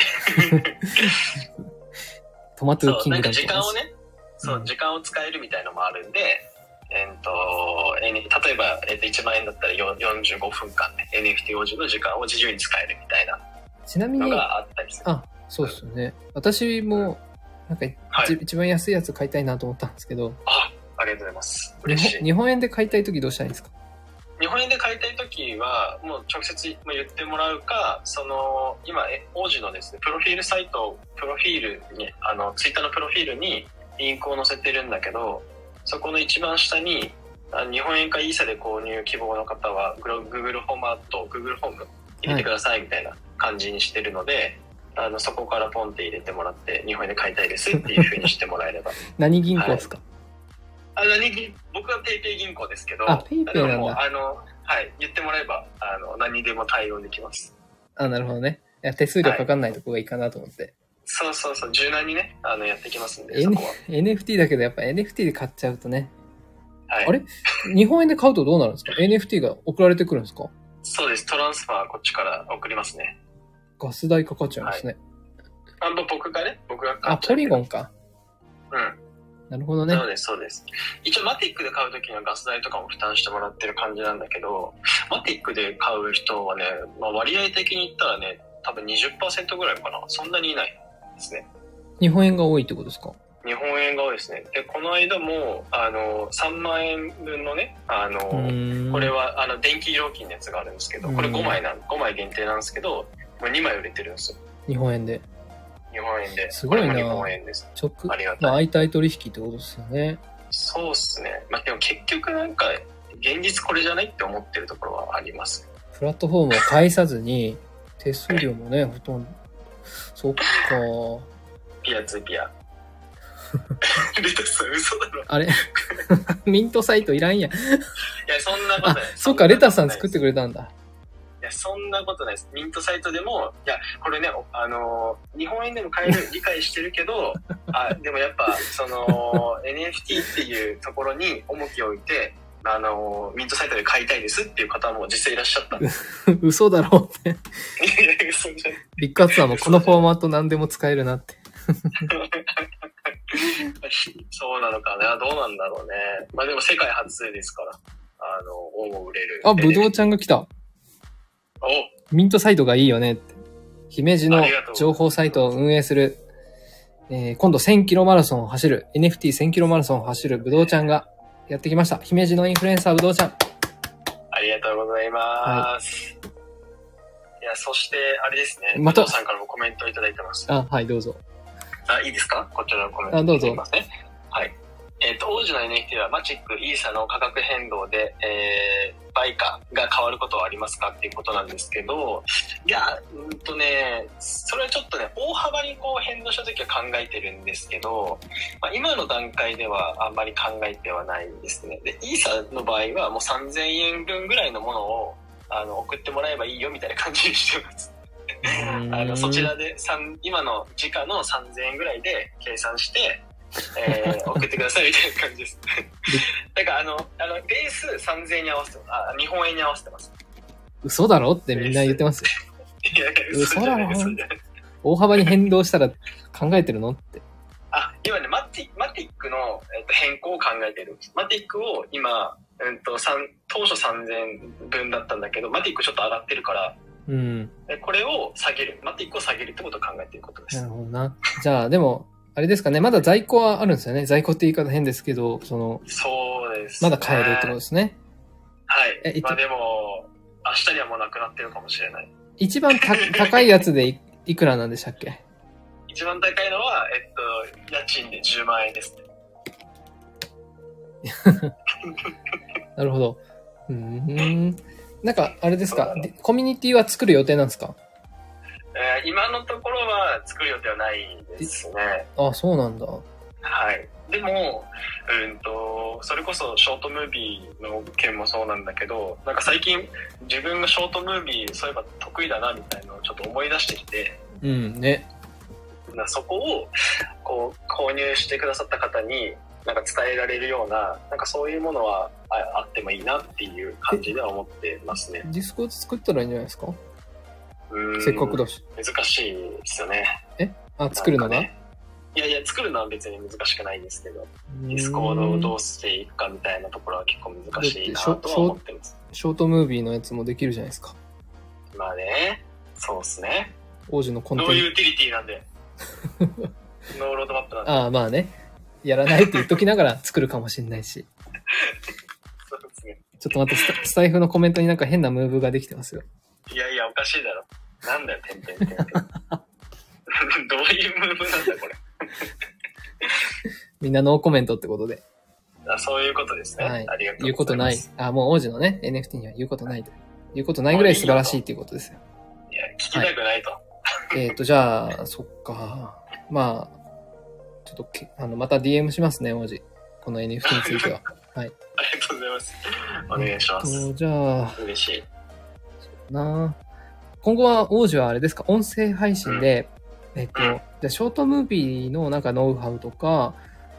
トマトキングダム。 なんか時間をね、時間を使えるみたいのもあるんで、例えば、1万円だったら45分間ね、NFT 王子の時間を自由に使えるみたいなのがあったりする。 そうですよね。私も、なんか、一番安いやつ買いたいなと思ったんですけど。 ありがとうございます。嬉しい。 日本円で買いたいときどうしたらいいですか？ 日本円で買いたいときは、もう直接言ってもらうか、今、王子のですね、プロフィールサイト、プロフィールに、ツイッターのプロフィールにリンクを載せてるんだけど、そこの一番下に、日本円かイーサで購入希望の方は、Google フォーム入れてくださいみたいな感じにしてるので、そこからポンって入れてもらって、日本円で買いたいですっていう風にしてもらえれば。 何銀行ですか？ 僕はペイペイ銀行ですけど、 ペイペイなんだ。 言ってもらえば、何でも対応できます。 なるほどね。手数料かかんないとこがいいかなと思って。 そう柔軟にね、やってきますんで、 NFT だけどやっぱ NFT で買っちゃうとね。あれ日本円で買うとどうなるんですか？ NFT が送られてくるんですか？ そうです。トランスファーこっちから送りますね。 ガス代かかっちゃうんですね。 僕が買っちゃう。 ポリゴンか。なるほどね。 そうです。一応マティックで買うときにはガス代とかも負担してもらってる感じなんだけど、マティックで買う人はね、割合的に言ったらね、多分 20% ぐらいかな。そんなにいないですね。 日本円が多いってことですか？ 日本円が多いですね。で、この間も、3万円分のね、これは、電気料金のやつがあるんですけど、これ5枚限定なんですけど、もう2枚売れてるんですよ。 日本円で。 日本円で。 すごいな。 これも日本円です。ありがたい。 まあ、相対取引ってことですよね。 そうっすね。まあ、でも結局なんか、現実これじゃないって思ってるところはあります。 プラットフォームを介さずに、手数料もね、ほとんど。そっか。 ピア2ピア。レタスさん嘘だろ。 あれミントサイトいらんや。いや、 そんなことない。 そっか、レタスさん作ってくれたんだ。 いや、そんなことないです。ミントサイトでも、いや、これね、日本円でも買える、理解してるけど、でもやっぱ、NFT っていうところに重きを置いて、ミントサイトで買いたいですっていう方も実際いらっしゃったんです。 嘘だろって。 いや、嘘じゃない。 ビッグアツさんもこのフォーマット何でも使えるなって。 そうなのかな、どうなんだろうね。まあでも世界初ですから、売れる。 あ、ぶどうちゃんが来た。ミントサイトがいいよねって。姫路の情報サイトを運営する、今度1000キロマラソンを走る、NFT1000 キロマラソンを走るぶどうちゃんがやってきました。姫路のインフルエンサーぶどうちゃん。 ありがとうございます。はい、いや、そして、あれですね。 また。 ぶどうさんからもコメントいただいてます。 はい、どうぞ。 いいですか？こちらのコメント。 どうぞ。 はい。王子の NFT はマチック、イーサの価格変動で、売価が変わることはありますかっていうことなんですけど、いや、それはちょっとね、大幅にこう変動したときは考えてるんですけど、まあ、今の段階ではあんまり考えてはないんですね。で、イーサの場合はもう3000円分ぐらいのものを送ってもらえばいいよみたいな感じにしてます。そちらで今の時価の3000円ぐらいで計算して、送ってくださいみたいな感じです。だからベース3000円に合わせて日本円に合わせてます。 嘘だろってみんな言ってますよ。 いや嘘だろ。大幅に変動したら考えてるのって。 今ね、マティックの、変更を考えてるんです。マティックを今、当初3000円分だったんだけど、マティックちょっと上がってるから、これを下げる。マティックを下げるってことを考えていることです。 なるほどな。じゃあ、でも、あれですかね。まだ在庫はあるんですよね。在庫って言い方変ですけど、 そうですね。まだ買えるってことですね。 はい。まあでも、明日にはもうなくなってるかもしれない。 一番高いやつでいくらなんでしたっけ？ 一番高いのは、家賃で10万円ですね。 なるほど。なんか、あれですか、コミュニティは作る予定なんですか？ 今のところは作る予定はないですね。 そうなんだ。 はい。でも、それこそショートムービーの件もそうなんだけど、なんか最近自分がショートムービーそういえば得意だなみたいなのをちょっと思い出してきて、 ね。 そこをこう購入してくださった方になんか伝えられるような、なんかそういうものはあってもいいなっていう感じでは思ってますね。 ディスコード作ったらいいんじゃないですか？せっかくだし。 難しいですよね。 作るのが？ いや、作るのは別に難しくないんですけど、ディスコードをどうしていくかみたいなところは結構難しいなとは思ってます。 ショートムービーのやつもできるじゃないですか。 まあね、そうっすね。 王子のコンテンツ。 ノーユーティリティなんで。ノーロードマップなんで。 まあね。やらないって言っときながら作るかもしれないし。 そうですね。 ちょっと待って、スタイフのコメントになんか変なムーブができてますよ。 いやいや、おかしいだろ。なんだよ、てんてんてんてん。どういうムーブなんだ、これ。 みんなノーコメントってことで。 そういうことですね。はい。ありがとうございます。 言うことない。もう王子のね、NFT には言うことないと。言うことないぐらい素晴らしいっていうことですよ。 いや、聞きたくないと。 じゃあ、そっか。まあ、ちょっとまた DM しますね、王子。この NFT については。はい。 ありがとうございます。お願いします。 じゃあ、 嬉しい。 今後は王子はあれですか、音声配信で、じゃあショートムービーのなんかノウハウとか、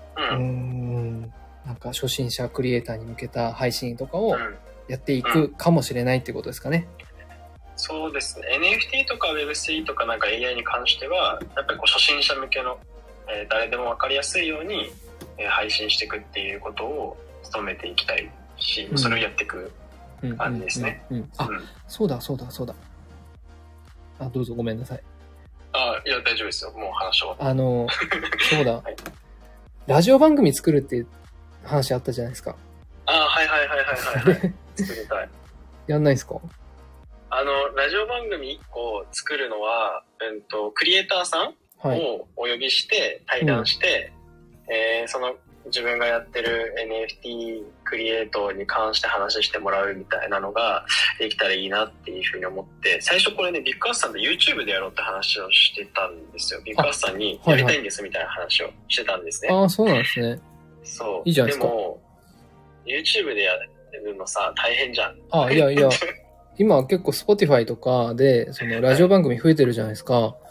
なんか初心者クリエイターに向けた配信とかをやっていくかもしれないってことですかね。 そうですね。NFT とか Web3 とかなんか AI に関しては、やっぱりこう初心者向けの、誰でも分かりやすいように、配信していくっていうことを努めていきたいし、それをやっていく感じですね。 そうだ。どうぞごめんなさい。 いや、大丈夫ですよ。もう話終わった。 そうだ、 はい。 ラジオ番組作るっていう話あったじゃないですか。 はいはいはいはいはい、はい。作りたい。 やんないですか？ ラジオ番組1個作るのは、クリエイターさんをお呼びして対談して、その自分がやってる NFT クリエイトに関して話してもらうみたいなのができたらいいなっていうふうに思って、最初これね、ビッグアースさんで YouTube でやろうって話をしてたんですよ。ビッグアースさんにやりたいんですみたいな話をしてたんですね。 ああ、そうなんですね。 そう。 いいじゃないですか。 でも、YouTube でやるのさ、大変じゃん。 いやいや、今結構 Spotify とかで、そのラジオ番組増えてるじゃないですか。はい、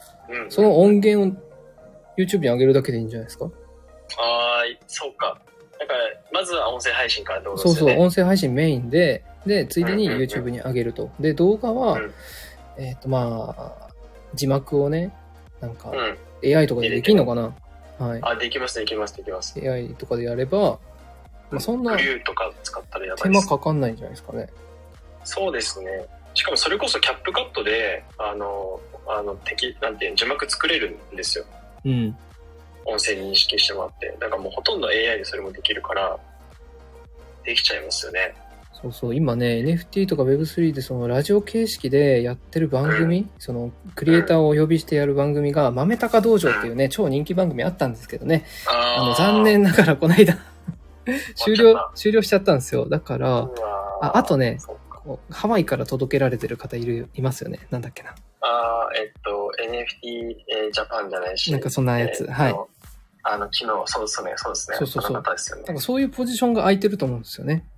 その音源を YouTube に上げるだけでいいんじゃないですか？ そうか。だから、まずは音声配信からどうぞ、ね。 そう、音声配信メインで、ついでに YouTube に上げると。で、動画は、字幕をね、なんか、AI とかでできんのかな？はい。 できます。 AI とかでやれば、そんな、 クリューとか使ったらやばい手間かかんないんじゃないですかね。 そうですね。しかもそれこそキャップカットで、なんていう字幕作れるんですよ。 うん。 音声認識してもらって。だからもうほとんど AI でそれもできるから、できちゃいますよね。 そう、今ね、NFT とか Web3 でそのラジオ形式でやってる番組、そのクリエイターをお呼びしてやる番組が、豆高道場っていうね、超人気番組あったんですけどね。残念ながらこの間終了しちゃったんですよ。だから、あとね、ハワイから届けられてる方いますよね。なんだっけな。 NFT ジャパンじゃないし。 なんかそんなやつ。はい。 昨日、そうですね。そう。 なんかそういうポジションが空いてると思うんですよね。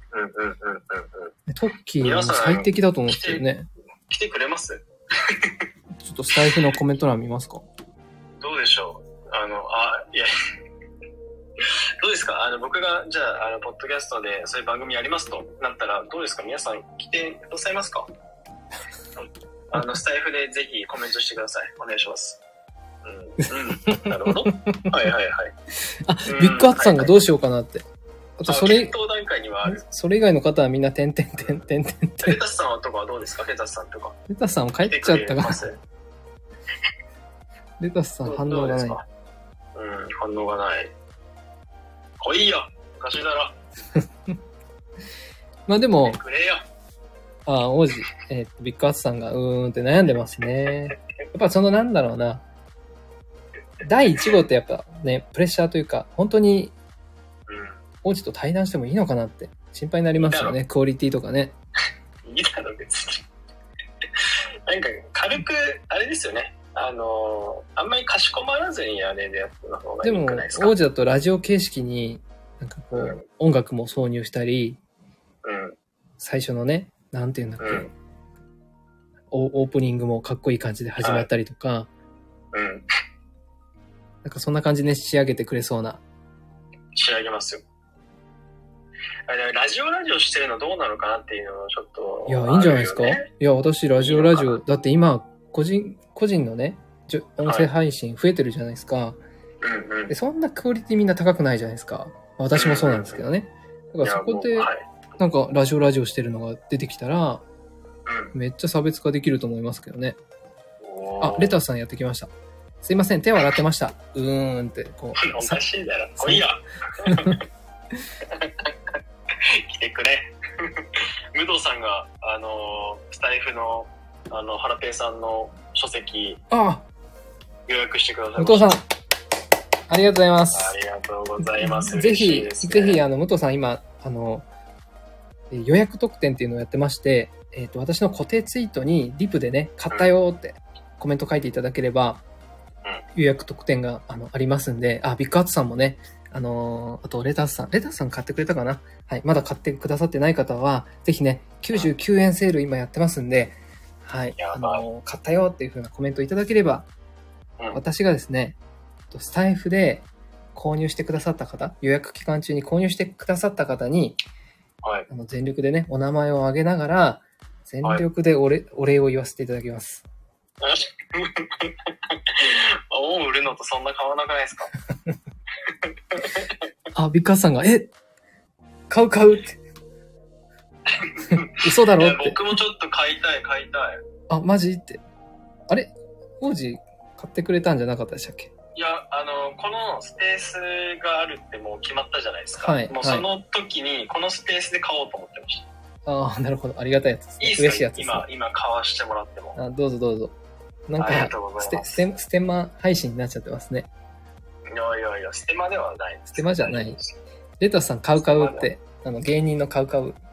トッキーは最適だと思うんですよね。 来てくれます？ ちょっとスタイフのコメント欄見ますか？ どうでしょう？いや、どうですか？僕が、じゃあ、ポッドキャストでそういう番組やりますとなったら、どうですか？皆さん来てくださいますか？スタイフでぜひコメントしてください。お願いします。なるほど。はい。 ビッグアッツさんがどうしようかなって。あと検討段階にはある。 それ以外の方はみんな点。レタスさんとかはどうですか？レタスさんとか。 レタスさんも帰っちゃったから。レタスさん反応がない。 反応がない。来いよ！おかしいだろ。 まあでも、 くれよ。 王子、ビッグアーツさんがって悩んでますね。やっぱそのなんだろうな。第1号ってやっぱね、プレッシャーというか、本当に、王子と対談してもいいのかなって心配になりますよね。クオリティとかね。 いいだろ、別に。なんか、軽く、あれですよね。あんまりかしこまらずにやれるやつの方がいいくないですか？ でも、王子だとラジオ形式に、なんかこう、音楽も挿入したり、最初のね、なんていうんだっけ、オープニングもかっこいい感じで始まったりとか、なんかそんな感じで仕上げてくれそうな。 仕上げますよ。ラジオしてるのどうなのかなっていうのをちょっと、 いや、いいんじゃないですか？いや、私ラジオ、だって今、個人のね、音声配信増えてるじゃないですか。でそんなクオリティみんな高くないじゃないですか。私もそうなんですけどね。だからそこで、なんかラジオしてるのが出てきたら、めっちゃ差別化できると思いますけどね。レタスさんやってきました。すいません、手を洗ってました。ってこう。 おかしいだろ。来いよ。来てくれ。武藤さんがスタイフのハラペイさんの書籍予約してください。 武藤さん、ありがとうございます。 ありがとうございます。 ぜひ武藤さん今予約特典っていうのをやってまして、私の固定ツイートにリプでね、買ったよってコメント書いていただければ、予約特典がありますんで、ビッグアーツさんもね、あとレタスさん買ってくれたかな？はい、まだ買ってくださってない方は、ぜひね、99円セール今やってますんで、はい、買ったよっていう風なコメントいただければ、私がですね、スタイフで購入してくださった方、予約期間中に購入してくださった方に、全力でね、お名前を挙げながら、全力でお礼を言わせていただきます。 恩を売るのとそんな変わらなくないですか？ ビッグアーツさんが、買うって嘘だろって。 僕もちょっと買いたい。 マジって。あれ王子買ってくれたんじゃなかったでしたっけ？ いや、このスペースがあるってもう決まったじゃないですか。 はい。 もうその時に、このスペースで買おうと思ってました。 ああ、なるほど。ありがたいやつですね。 いいっすか？ 嬉しいやつですね。 今買わしてもらっても。 あ、どうぞどうぞ。なんか、ステマ配信になっちゃってますね。 いや、ステマではない。 ステマじゃない。レタスさん、買うって、芸人の買う。 ありがとう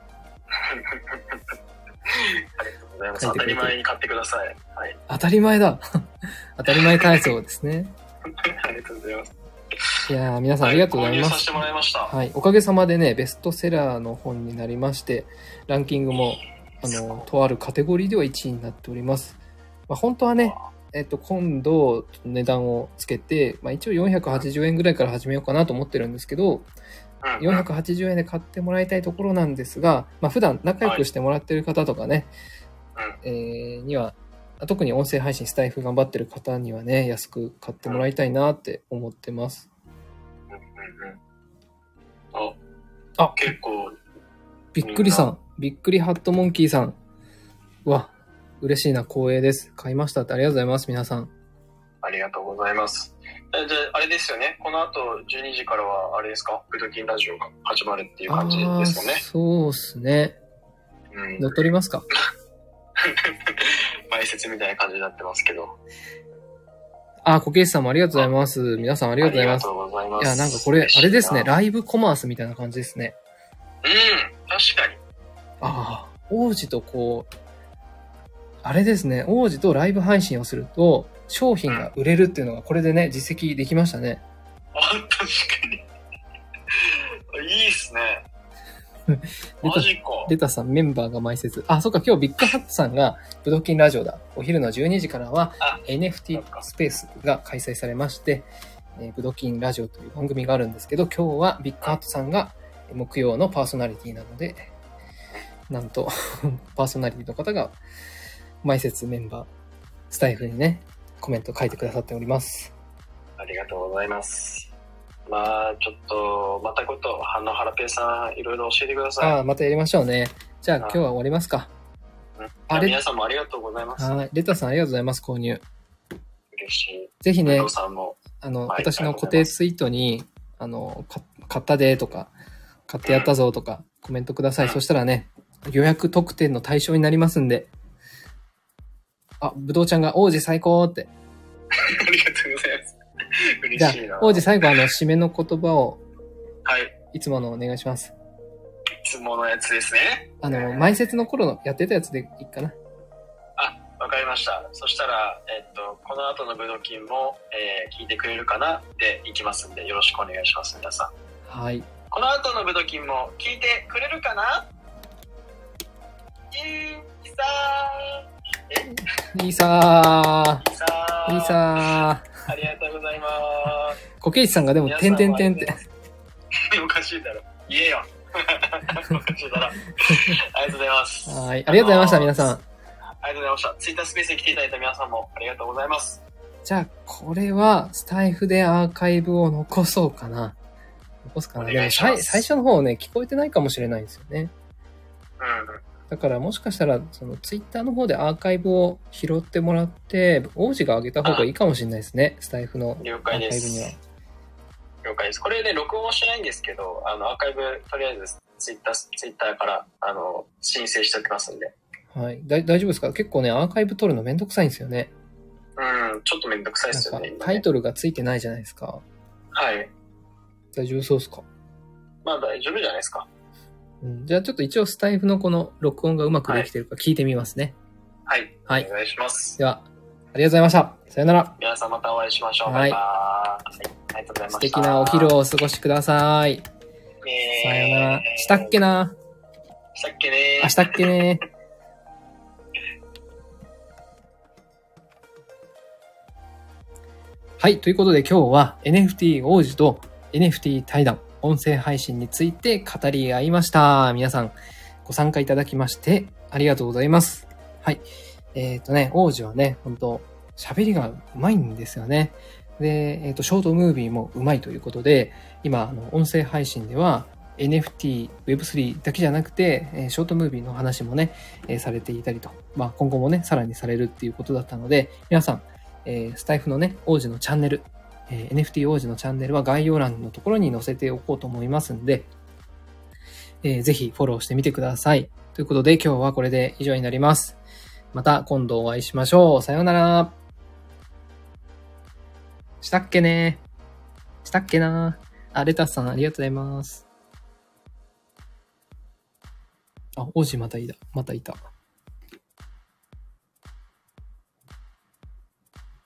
ございます。当たり前に買ってください。はい。 当たり前だ。当たり前体操ですね。 ありがとうございます。 いやー、皆さんありがとうございます。 購入させてもらいました。 はい。おかげさまでね、ベストセラーの本になりまして、ランキングも、とあるカテゴリーでは1位になっております。まあ、本当はね、今度値段をつけて、まあ、一応480円ぐらいから始めようかなと思ってるんですけど、480円で買ってもらいたいところなんですが、まあ、普段仲良くしてもらってる方とかね、には、特に音声配信スタイフ頑張ってる方にはね、安く買ってもらいたいなって思ってます。あ、 結構。 びっくりさん。びっくりハットモンキーさん。うわ、嬉しいな、光栄です。買いましたってありがとうございます、皆さん。 ありがとうございます。じゃあ、あれですよね。この後12時からは、あれですか？ブドキンラジオが始まるっていう感じですよね。 そうっすね。乗っ取りますか？ 前説みたいな感じになってますけど。 コケイシさんもありがとうございます。皆さんありがとうございます。 ありがとうございます。 いや、なんかこれ、あれですね。ライブコマースみたいな感じですね。 確かに。 王子とあれですね。王子とライブ配信をすると、商品が売れるっていうのがこれでね、実績できましたね。 確かに。いいっすね。マジか。 レタさん、メンバーが埋設。そっか、今日ビッグハットさんが、ブドキンラジオだ。お昼の12時からは、NFT スペースが開催されまして、ブドキンラジオという番組があるんですけど、今日はビッグハットさんが木曜のパーソナリティなので、なんと、パーソナリティの方が、埋設メンバー、スタイフにね、コメント書いてくださっております。 ありがとうございます。まあ、ちょっと、またハラペーさん、いろいろ教えてください。 またやりましょうね。じゃあ今日は終わりますか。 皆さんもありがとうございます。 レタさんありがとうございます、購入。 嬉しい。 ぜひね、 私の固定ツイートに、買ったでとか、買ってやったぞとか、コメントください。そしたらね、予約特典の対象になりますんで。ぶどうちゃんが王子最高って。 ありがとうございます。嬉しいな。 じゃあ、王子最後締めの言葉を、 はい。 いつものお願いします。 いつものやつですね。 前説の頃のやってたやつでいいかな。 わかりました。そしたら、この後のブドキンも、聞いてくれるかなでいきますんで、よろしくお願いします、皆さん。 はい。 この後のブドキンも聞いてくれるかな？ いいさー。ありがとうございます。 コケイチさんがでも、てんてんてんって。 おかしいだろ。言えよ。おかしいだろ。ありがとうございます。 はい。ありがとうございました、皆さん。 ありがとうございました。ツイッタースペースに来ていただいた皆さんもありがとうございます。 じゃあ、これは、スタイフでアーカイブを残そうかな。残すかな。でも最初の方ね、聞こえてないかもしれないんですよね。だからもしかしたら、ツイッターの方でアーカイブを拾ってもらって、王子が上げた方がいいかもしれないですね。スタイフのアーカイブには。 了解です。これね、録音はしないんですけど、アーカイブ、とりあえずツイッターから、申請しておきますんで。 はい。大丈夫ですか？結構ね、アーカイブ取るのめんどくさいんですよね。 ちょっとめんどくさいですよね。 タイトルがついてないじゃないですか。 はい。 大丈夫そうですか？ まあ大丈夫じゃないですか。 じゃあちょっと一応スタイフのこの録音がうまくできてるか聞いてみますね。 はい。はい。お願いします。 では、ありがとうございました。さよなら。 皆さんまたお会いしましょう。バイバーイ。ありがとうございました。 素敵なお昼をお過ごしください。さよなら。したっけね。したっけね。はい。ということで今日は NFT 王子と NFT 対談、音声配信について語り合いました。皆さんご参加いただきましてありがとうございます。はい。王子はね、本当喋りがうまいんですよね。で、ショートムービーもうまいということで、今、音声配信では NFT、Web3 だけじゃなくて、ショートムービーの話もね、されていたりと、今後もね、さらにされるっていうことだったので、皆さん、 スタイフのね、王子のチャンネル、NFT 王子のチャンネルは概要欄のところに載せておこうと思いますんで、ぜひフォローしてみてください。ということで今日はこれで以上になります。また今度お会いしましょう。さようなら。したっけねしたっけなあ、レタスさんありがとうございます。あ、王子またいた。